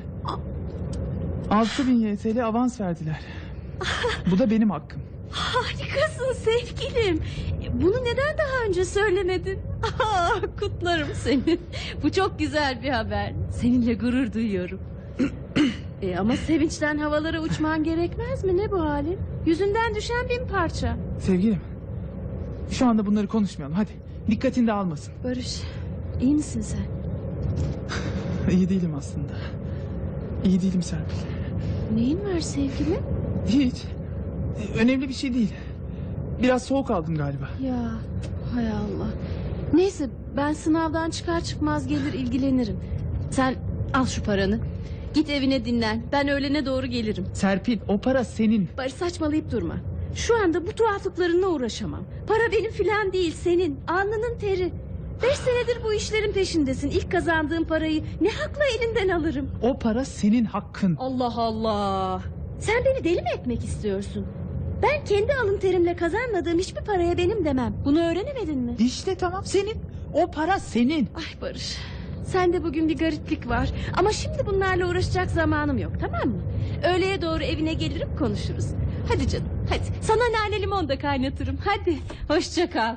[SPEAKER 3] 6000 YTL avans verdiler. Bu da benim hakkım.
[SPEAKER 4] Harikasın sevgilim. Bunu neden daha önce söylemedin? Kutlarım seni. Bu çok güzel bir haber. Seninle gurur duyuyorum. Ama sevinçten havalara uçman gerekmez mi? Ne bu halin? Yüzünden düşen bin parça.
[SPEAKER 3] Sevgilim, şu anda bunları konuşmayalım hadi. Dikkatini de almasın.
[SPEAKER 4] Barış, iyi misin sen?
[SPEAKER 3] İyi değilim aslında. İyi değilim Serpil.
[SPEAKER 4] Neyin var sevgilim?
[SPEAKER 3] Hiç. Önemli bir şey değil. Biraz soğuk aldım galiba.
[SPEAKER 4] Ya hay Allah. Neyse ben sınavdan çıkar çıkmaz gelir ilgilenirim. Sen al şu paranı. Git evine dinlen. Ben öğlene doğru gelirim.
[SPEAKER 3] Serpil, o para senin.
[SPEAKER 4] Barış, saçmalayıp durma. Şu anda bu tuhaflıklarınla uğraşamam. Para benim filan değil, senin. Alnının teri. 5 senedir bu işlerin peşindesin. İlk kazandığım parayı ne hakla elinden alırım?
[SPEAKER 3] O para senin hakkın.
[SPEAKER 4] Allah Allah. Sen beni deli mi etmek istiyorsun? Ben kendi alın terimle kazanmadığım hiçbir paraya benim demem. Bunu öğrenemedin mi?
[SPEAKER 3] İşte tamam, senin. O para senin.
[SPEAKER 4] Ay Barış, sende bugün bir gariplik var. Ama şimdi bunlarla uğraşacak zamanım yok, tamam mı? Öğleye doğru evine gelirim, konuşuruz. Hadi canım, hadi. Sana nane limon da kaynatırım. Hadi, hoşça kal.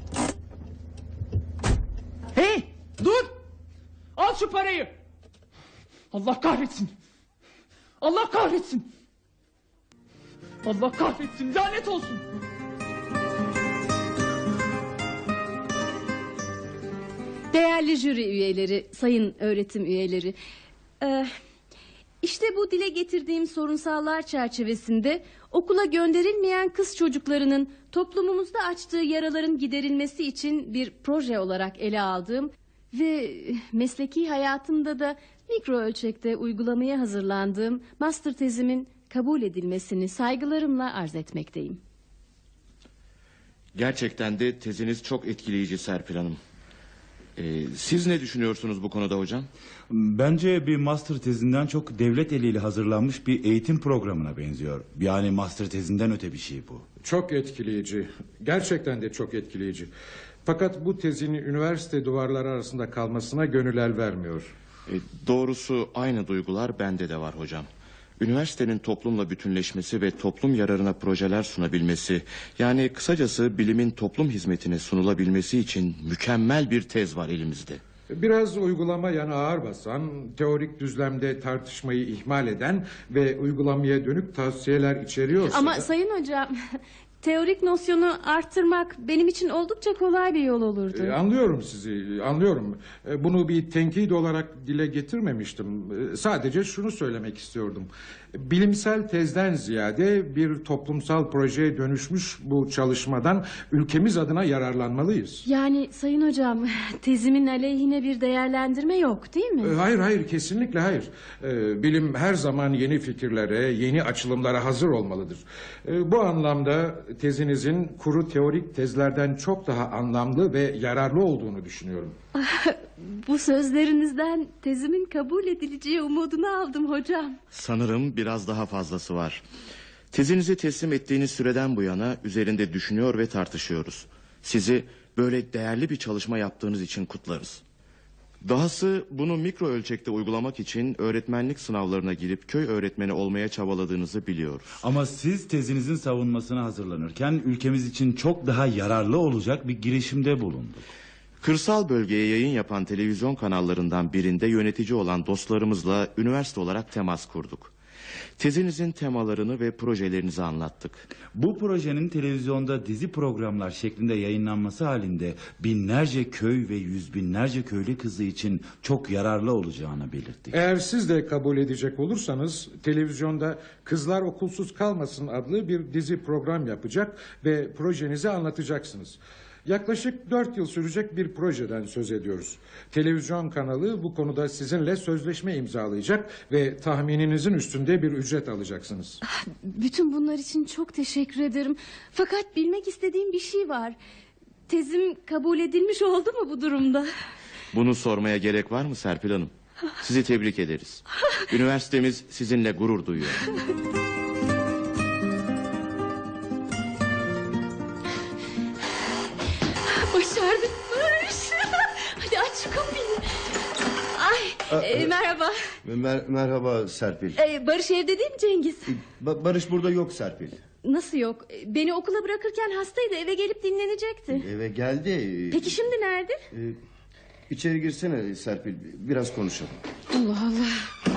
[SPEAKER 3] Hey, dur. Al şu parayı. Allah kahretsin. Allah kahretsin. Allah kahretsin, lanet olsun.
[SPEAKER 4] Değerli jüri üyeleri, sayın öğretim üyeleri. İşte bu dile getirdiğim sorunsallar çerçevesinde okula gönderilmeyen kız çocuklarının toplumumuzda açtığı yaraların giderilmesi için bir proje olarak ele aldığım ve mesleki hayatımda da mikro ölçekte uygulamaya hazırlandığım master tezimin kabul edilmesini saygılarımla arz etmekteyim.
[SPEAKER 1] Gerçekten de teziniz çok etkileyici Serpil Hanım. Siz ne düşünüyorsunuz bu konuda hocam?
[SPEAKER 12] Bence bir master tezinden çok devlet eliyle hazırlanmış bir eğitim programına benziyor. Yani master tezinden öte bir şey bu.
[SPEAKER 13] Çok etkileyici. Gerçekten de çok etkileyici. Fakat bu tezin üniversite duvarları arasında kalmasına gönül el vermiyor.
[SPEAKER 1] Doğrusu aynı duygular bende de var hocam. Üniversitenin toplumla bütünleşmesi ve toplum yararına projeler sunabilmesi, yani kısacası bilimin toplum hizmetine sunulabilmesi için mükemmel bir tez var elimizde.
[SPEAKER 13] Biraz uygulama yanı ağır basan, teorik düzlemde tartışmayı ihmal eden ve uygulamaya dönük tavsiyeler içeriyorsa...
[SPEAKER 4] Ama sayın hocam, teorik nosyonu arttırmak benim için oldukça kolay bir yol olurdu.
[SPEAKER 13] Anlıyorum sizi, anlıyorum. Bunu bir tenkit olarak dile getirmemiştim. Sadece şunu söylemek istiyordum. Bilimsel tezden ziyade bir toplumsal projeye dönüşmüş bu çalışmadan ülkemiz adına yararlanmalıyız.
[SPEAKER 4] Yani sayın hocam, tezimin aleyhine bir değerlendirme yok değil mi?
[SPEAKER 13] Hayır, kesinlikle hayır. Bilim her zaman yeni fikirlere, yeni açılımlara hazır olmalıdır. Bu anlamda tezinizin kuru teorik tezlerden çok daha anlamlı ve yararlı olduğunu düşünüyorum.
[SPEAKER 4] Bu sözlerinizden tezimin kabul edileceği umudunu aldım hocam.
[SPEAKER 1] Sanırım biraz daha fazlası var. Tezinizi teslim ettiğiniz süreden bu yana üzerinde düşünüyor ve tartışıyoruz. Sizi böyle değerli bir çalışma yaptığınız için kutlarız. Dahası bunu mikro ölçekte uygulamak için öğretmenlik sınavlarına girip köy öğretmeni olmaya çabaladığınızı biliyoruz.
[SPEAKER 12] Ama siz tezinizin savunmasına hazırlanırken ülkemiz için çok daha yararlı olacak bir girişimde bulunduk.
[SPEAKER 1] Kırsal bölgeye yayın yapan televizyon kanallarından birinde yönetici olan dostlarımızla üniversite olarak temas kurduk. Tezinizin temalarını ve projelerinizi anlattık.
[SPEAKER 12] Bu projenin televizyonda dizi programlar şeklinde yayınlanması halinde binlerce köy ve yüz binlerce köylü kızı için çok yararlı olacağını belirttik.
[SPEAKER 13] Eğer siz de kabul edecek olursanız televizyonda Kızlar Okulsuz Kalmasın adlı bir dizi program yapacak ve projenizi anlatacaksınız. Yaklaşık 4 yıl sürecek bir projeden söz ediyoruz. Televizyon kanalı bu konuda sizinle sözleşme imzalayacak ve tahmininizin üstünde bir ücret alacaksınız.
[SPEAKER 4] Bütün bunlar için çok teşekkür ederim. Fakat bilmek istediğim bir şey var. Tezim kabul edilmiş oldu mu bu durumda?
[SPEAKER 1] Bunu sormaya gerek var mı Serpil Hanım? Sizi tebrik ederiz. Üniversitemiz sizinle gurur duyuyor.
[SPEAKER 4] Başardık Barış. Hadi aç şu kapıyı. Ay, merhaba.
[SPEAKER 10] Merhaba Serpil.
[SPEAKER 4] Barış evde değil mi Cengiz?
[SPEAKER 10] Barış burada yok Serpil.
[SPEAKER 4] Nasıl yok? Beni okula bırakırken hastaydı, eve gelip dinlenecekti.
[SPEAKER 10] Eve geldi.
[SPEAKER 4] Peki şimdi nerede?
[SPEAKER 10] İçeri girsene Serpil, biraz konuşalım.
[SPEAKER 4] Allah Allah.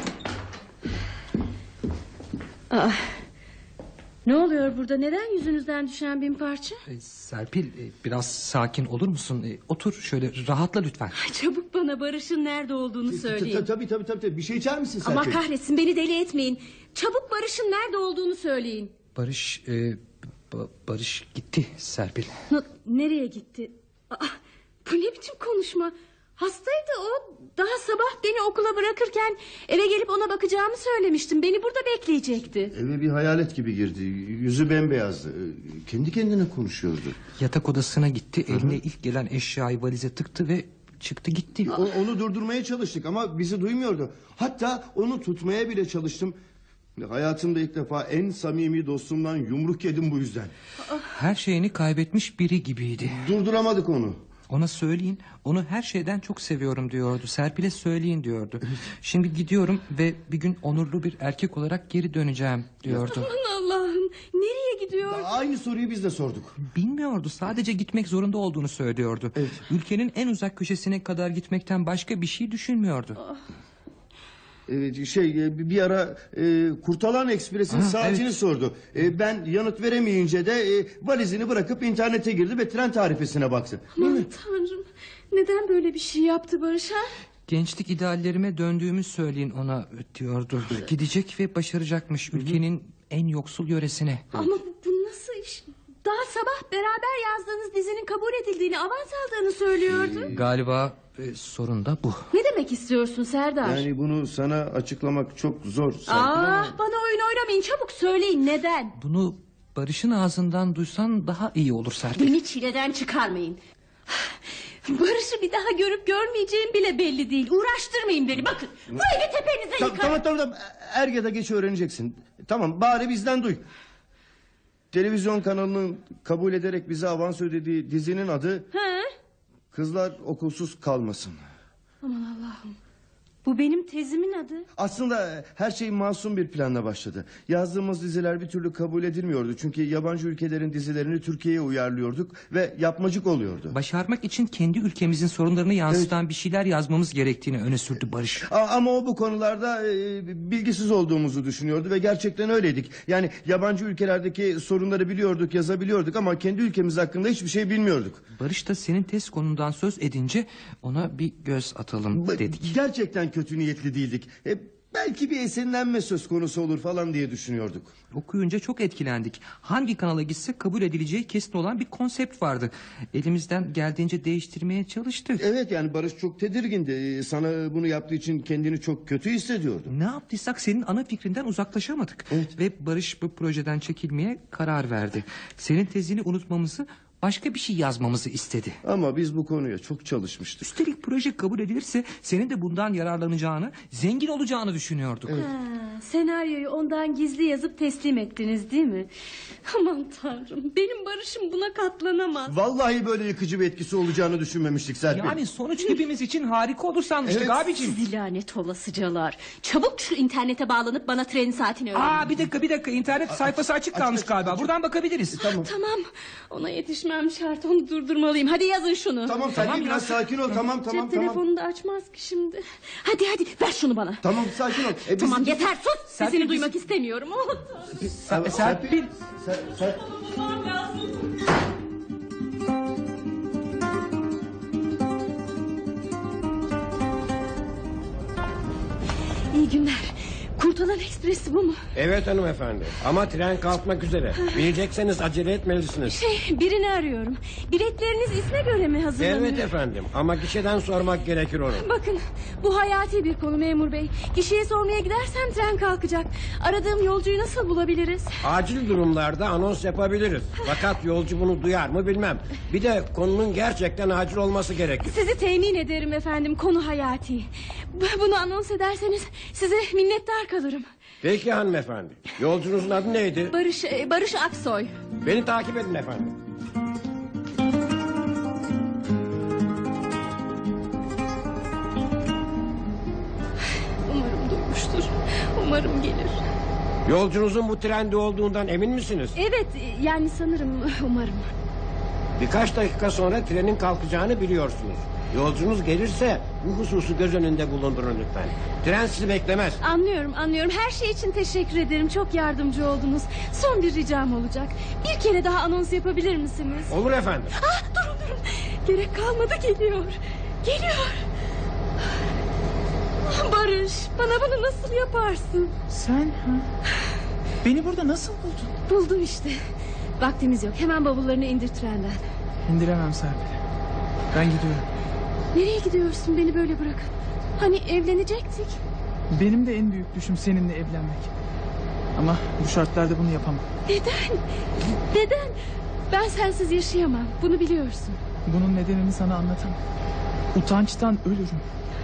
[SPEAKER 4] Ne oluyor burada? Neden yüzünüzden düşen bin parça?
[SPEAKER 11] Serpil biraz sakin olur musun? Otur şöyle, rahatla lütfen.
[SPEAKER 4] Çabuk bana Barış'ın nerede olduğunu söyleyin.
[SPEAKER 10] Tabii. Bir şey içer misin Serpil?
[SPEAKER 4] Ama kahretsin, beni deli etmeyin. Çabuk Barış'ın nerede olduğunu söyleyin.
[SPEAKER 11] Barış Barış gitti Serpil.
[SPEAKER 4] Nereye gitti? Bu ne biçim konuşma? Hastaydı o. Daha sabah beni okula bırakırken eve gelip ona bakacağımı söylemiştim. Beni burada bekleyecekti.
[SPEAKER 10] Eve bir hayalet gibi girdi. Yüzü bembeyazdı. Kendi kendine konuşuyordu.
[SPEAKER 11] Yatak odasına gitti. Eline ilk gelen eşyayı valize tıktı ve çıktı gitti.
[SPEAKER 10] Onu durdurmaya çalıştık ama bizi duymuyordu. Hatta onu tutmaya bile çalıştım. Hayatımda ilk defa en samimi dostumdan yumruk yedim bu yüzden.
[SPEAKER 11] Her şeyini kaybetmiş biri gibiydi.
[SPEAKER 10] Durduramadık onu.
[SPEAKER 11] Ona söyleyin, onu her şeyden çok seviyorum diyordu. Serpil'e söyleyin diyordu. Şimdi gidiyorum ve bir gün onurlu bir erkek olarak geri döneceğim diyordu.
[SPEAKER 4] Aman Allah'ım, nereye gidiyor?
[SPEAKER 10] Aynı soruyu biz de sorduk.
[SPEAKER 11] Bilmiyordu, sadece gitmek zorunda olduğunu söylüyordu.
[SPEAKER 10] Evet.
[SPEAKER 11] Ülkenin en uzak köşesine kadar gitmekten başka bir şey düşünmüyordu.
[SPEAKER 10] Bir ara Kurtalan Ekspres'in saatini sordu. Ben yanıt veremeyince de valizini bırakıp internete girdi ve tren tarifesine baktı.
[SPEAKER 4] Aman Tanrım, neden böyle bir şey yaptı Barış ha?
[SPEAKER 11] Gençlik ideallerime döndüğümü söyleyin ona diyordu. Gidecek ve başaracakmış ülkenin en yoksul yöresine.
[SPEAKER 4] Ama bu nasıl iş? Daha sabah beraber yazdığınız dizinin kabul edildiğini, avans aldığını söylüyordu.
[SPEAKER 11] Galiba sorun da bu.
[SPEAKER 4] Ne demek istiyorsun Serdar?
[SPEAKER 10] Yani bunu sana açıklamak çok zor.
[SPEAKER 4] Bana oyun oynamayın, çabuk söyleyin neden?
[SPEAKER 11] Bunu Barış'ın ağzından duysan daha iyi olur Serpil.
[SPEAKER 4] Beni çileden çıkarmayın. Barış'ı bir daha görüp görmeyeceğim bile belli değil. Uğraştırmayın beni, bakın. Bu evi tepenize yıkarım.
[SPEAKER 10] Tamam. Er ya da geç öğreneceksin. Tamam, bari bizden duy. Televizyon kanalının kabul ederek bize avans ödediği dizinin adı... Kızlar Okulsuz Kalmasın.
[SPEAKER 4] Aman Allah'ım. Bu benim tezimin adı.
[SPEAKER 10] Aslında her şey masum bir planla başladı. Yazdığımız diziler bir türlü kabul edilmiyordu. Çünkü yabancı ülkelerin dizilerini Türkiye'ye uyarlıyorduk ve yapmacık oluyordu.
[SPEAKER 11] Başarmak için kendi ülkemizin sorunlarını yansıtan bir şeyler yazmamız gerektiğini öne sürdü Barış.
[SPEAKER 10] Ama o bu konularda bilgisiz olduğumuzu düşünüyordu ve gerçekten öyleydik. Yani yabancı ülkelerdeki sorunları biliyorduk, yazabiliyorduk ama kendi ülkemiz hakkında hiçbir şey bilmiyorduk.
[SPEAKER 11] Barış da senin test konundan söz edince ona bir göz atalım dedik.
[SPEAKER 10] Gerçekten kötü niyetli değildik. Belki bir esinlenme söz konusu olur falan diye düşünüyorduk.
[SPEAKER 11] Okuyunca çok etkilendik. Hangi kanala gitsek kabul edileceği kesin olan bir konsept vardı. Elimizden geldiğince değiştirmeye çalıştık.
[SPEAKER 10] Evet, yani Barış çok tedirgindi. Sana bunu yaptığı için kendini çok kötü hissediyordu.
[SPEAKER 11] Ne yaptıysak senin ana fikrinden uzaklaşamadık.
[SPEAKER 10] Evet.
[SPEAKER 11] Ve Barış bu projeden çekilmeye karar verdi. Senin tezini unutmamızı, başka bir şey yazmamızı istedi.
[SPEAKER 10] Ama biz bu konuya çok çalışmıştık.
[SPEAKER 11] Üstelik proje kabul edilirse senin de bundan yararlanacağını, zengin olacağını düşünüyorduk.
[SPEAKER 4] Evet. Senaryoyu ondan gizli yazıp teslim ettiniz değil mi? Aman Tanrım, benim Barış'ım buna katlanamaz.
[SPEAKER 10] Vallahi böyle yıkıcı bir etkisi olacağını düşünmemiştik Serpil.
[SPEAKER 11] Yani sonuç hepimiz için harika olur sanmıştık abicim.
[SPEAKER 4] Sizi lanet olasıcalar. Çabuk şu internete bağlanıp bana trenin saatini öğrenin.
[SPEAKER 11] Bir dakika internet sayfası açık kalmış galiba. Buradan bakabiliriz.
[SPEAKER 4] Tamam. Ona yetişmem şart, onu durdurmalıyım. Hadi yazın şunu.
[SPEAKER 10] Tamam Serpil, biraz sakin ol. Tamam.
[SPEAKER 4] Cep telefonunu da açmaz ki şimdi. Hadi ver şunu bana.
[SPEAKER 10] Tamam, sakin ol.
[SPEAKER 4] Tamam, yeter, sus.
[SPEAKER 11] Serpil,
[SPEAKER 4] Sesini duymak istemiyorum.
[SPEAKER 11] Serpil.
[SPEAKER 4] İyi günler. Kurtalan Ekspresi bu mu?
[SPEAKER 14] Evet hanımefendi, ama tren kalkmak üzere. Binecekseniz acele etmelisiniz.
[SPEAKER 4] Birini arıyorum. Biletleriniz isme göre mi hazırlanıyor?
[SPEAKER 14] Evet efendim, ama gişeden sormak gerekir onu.
[SPEAKER 4] Bakın, bu hayati bir konu memur bey. Gişeye sormaya gidersem tren kalkacak. Aradığım yolcuyu nasıl bulabiliriz?
[SPEAKER 14] Acil durumlarda anons yapabiliriz. Fakat yolcu bunu duyar mı bilmem. Bir de konunun gerçekten acil olması gerekir.
[SPEAKER 4] Sizi temin ederim efendim, konu hayati. Bunu anons ederseniz size minnettar kalırım.
[SPEAKER 14] Peki hanımefendi, yolcunuzun adı neydi?
[SPEAKER 4] Barış Aksoy.
[SPEAKER 14] Beni takip edin efendim.
[SPEAKER 4] Umarım duymuştur. Umarım gelir.
[SPEAKER 14] Yolcunuzun bu trende olduğundan emin misiniz?
[SPEAKER 4] Evet, yani sanırım, umarım.
[SPEAKER 14] Birkaç dakika sonra trenin kalkacağını biliyorsunuz. Yolcunuz gelirse bu hususu göz önünde bulundurun lütfen. Tren sizi beklemez.
[SPEAKER 4] Anlıyorum. Her şey için teşekkür ederim. Çok yardımcı oldunuz. Son bir ricam olacak. Bir kere daha anons yapabilir misiniz?
[SPEAKER 14] Olur efendim.
[SPEAKER 4] Durun. Gerek kalmadı, geliyor. Barış, bana bunu nasıl yaparsın?
[SPEAKER 3] Sen Beni burada nasıl buldun?
[SPEAKER 4] Buldum işte. Vaktimiz yok. Hemen bavullarını indir trenden.
[SPEAKER 3] İndiremem Serpil. Ben gidiyorum.
[SPEAKER 4] Nereye gidiyorsun beni böyle bırakıp? Hani evlenecektik.
[SPEAKER 3] Benim de en büyük düşüm seninle evlenmek. Ama bu şartlarda bunu yapamam.
[SPEAKER 4] Neden? Neden? Ben sensiz yaşayamam. Bunu biliyorsun.
[SPEAKER 3] Bunun nedenini sana anlatamam. Utançtan ölürüm.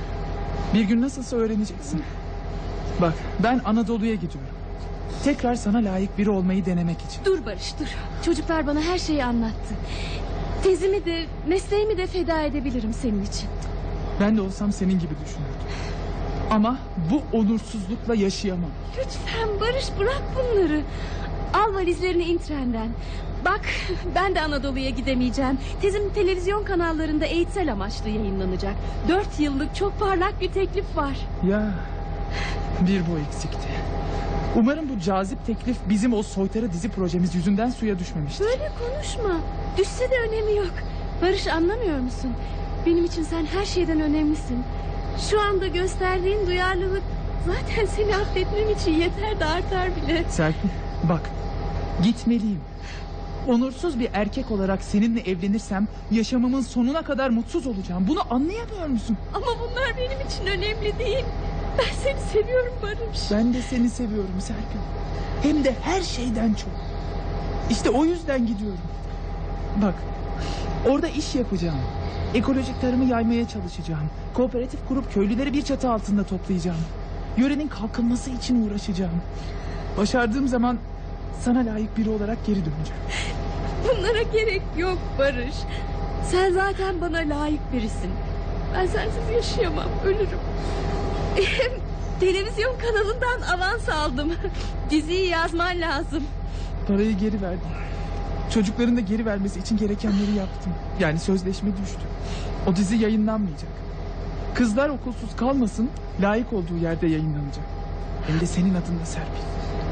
[SPEAKER 3] Bir gün nasılsa öğreneceksin. Bak, ben Anadolu'ya gidiyorum. Tekrar sana layık biri olmayı denemek için.
[SPEAKER 4] Dur Barış, dur. Çocuklar bana her şeyi anlattı. Tezimi de, mesleğimi de feda edebilirim senin için.
[SPEAKER 3] Ben de olsam senin gibi düşünürdüm. Ama bu onursuzlukla yaşayamam.
[SPEAKER 4] Lütfen Barış, bırak bunları. Al valizlerini in trenden. Bak, ben de Anadolu'ya gidemeyeceğim. Tezim televizyon kanallarında eğitsel amaçlı yayınlanacak. 4 yıllık çok parlak bir teklif var.
[SPEAKER 3] Ya, bir bu eksikti. Umarım bu cazip teklif bizim o soytarı dizi projemiz yüzünden suya düşmemiştir.
[SPEAKER 4] Böyle konuşma. Düşse de önemi yok. Barış, anlamıyor musun? Benim için sen her şeyden önemlisin. Şu anda gösterdiğin duyarlılık zaten seni affetmem için yeter de artar bile.
[SPEAKER 3] Serpil, bak, gitmeliyim. Onursuz bir erkek olarak seninle evlenirsem yaşamımın sonuna kadar mutsuz olacağım. Bunu anlayamıyor musun?
[SPEAKER 4] Ama bunlar benim için önemli değil. Ben seni seviyorum Barış.
[SPEAKER 3] Ben de seni seviyorum Serpil. Hem de her şeyden çok. İşte o yüzden gidiyorum. Bak, orada iş yapacağım. Ekolojik tarımı yaymaya çalışacağım. Kooperatif kurup köylüleri bir çatı altında toplayacağım. Yörenin kalkınması için uğraşacağım. Başardığım zaman sana layık biri olarak geri döneceğim.
[SPEAKER 4] Bunlara gerek yok Barış. Sen zaten bana layık birisin. Ben sensiz yaşayamam, ölürüm. Hem televizyon kanalından avans aldım. Diziyi yazman lazım.
[SPEAKER 3] Parayı geri verdim. Çocukların da geri vermesi için gerekenleri yaptım. Yani sözleşme düştü. O dizi yayınlanmayacak. Kızlar okulsuz kalmasın, layık olduğu yerde yayınlanacak. Hem de senin adınla Serpil.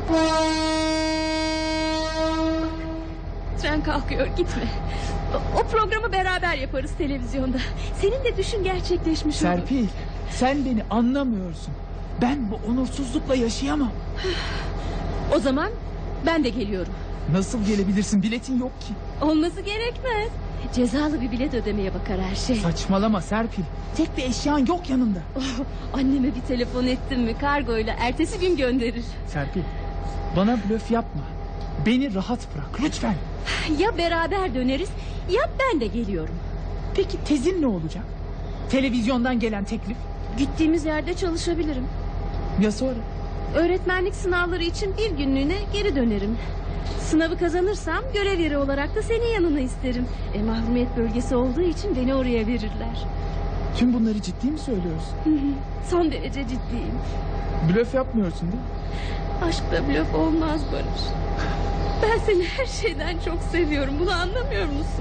[SPEAKER 4] Tren kalkıyor, gitme. O programı beraber yaparız televizyonda. Senin de düşün gerçekleşmiş olur.
[SPEAKER 3] Serpil, sen beni anlamıyorsun. Ben bu onursuzlukla yaşayamam.
[SPEAKER 4] O zaman ben de geliyorum.
[SPEAKER 3] Nasıl gelebilirsin? Biletin yok ki.
[SPEAKER 4] Olması gerekmez. Cezalı bir bilet ödemeye bakar her şey.
[SPEAKER 3] Saçmalama Serpil. Tek bir eşyan yok yanında.
[SPEAKER 4] Anneme bir telefon ettim mi kargoyla ertesi gün gönderir.
[SPEAKER 3] Serpil, bana blöf yapma. Beni rahat bırak lütfen.
[SPEAKER 4] Ya beraber döneriz ya ben de geliyorum.
[SPEAKER 3] Peki tezin ne olacak? Televizyondan gelen teklif?
[SPEAKER 4] Gittiğimiz yerde çalışabilirim.
[SPEAKER 3] Ya sonra?
[SPEAKER 4] Öğretmenlik sınavları için bir günlüğüne geri dönerim. Sınavı kazanırsam görev yeri olarak da senin yanına isterim. Mahrumiyet bölgesi olduğu için beni oraya verirler.
[SPEAKER 3] Tüm bunları ciddi mi söylüyorsun?
[SPEAKER 4] Son derece ciddiyim.
[SPEAKER 3] Blöf yapmıyorsun değil mi?
[SPEAKER 4] Aşkta blöf olmaz Barış. Ben seni her şeyden çok seviyorum. Bunu anlamıyor musun?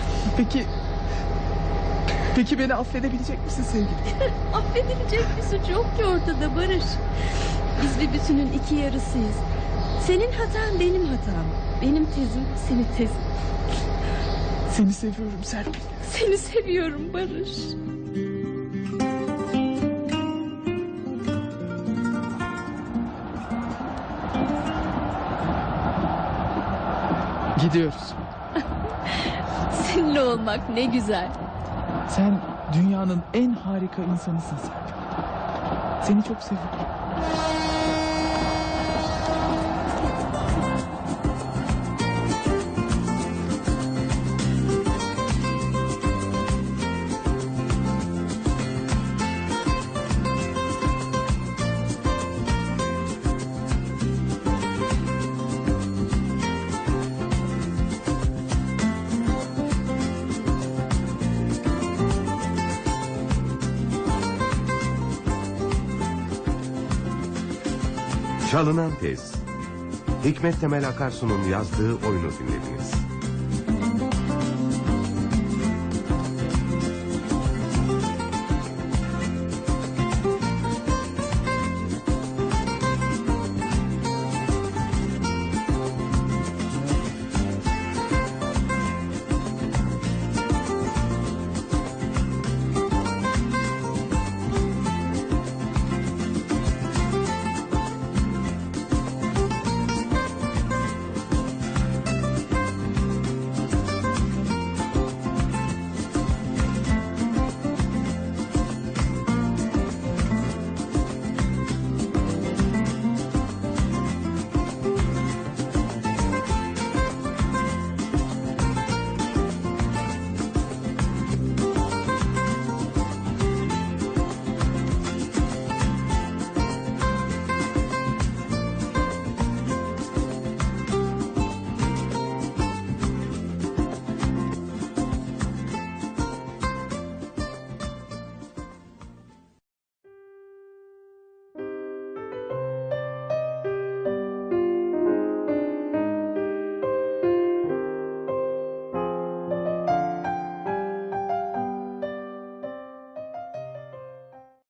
[SPEAKER 3] Peki beni affedebilecek misin sevgilim?
[SPEAKER 4] Affedilecek bir suç yok ki ortada Barış. Biz bir bütünün iki yarısıyız. Senin hatan benim hatam. Benim tezim senin tezin.
[SPEAKER 3] Seni seviyorum Serpil.
[SPEAKER 4] Seni seviyorum Barış.
[SPEAKER 3] Gidiyoruz.
[SPEAKER 4] Seninle olmak ne güzel.
[SPEAKER 3] Sen dünyanın en harika insanısın Serpil. Seni çok seviyorum.
[SPEAKER 2] Çalınan Tez. Hikmet Temel Akarsu'nun yazdığı oyunu dinlediniz.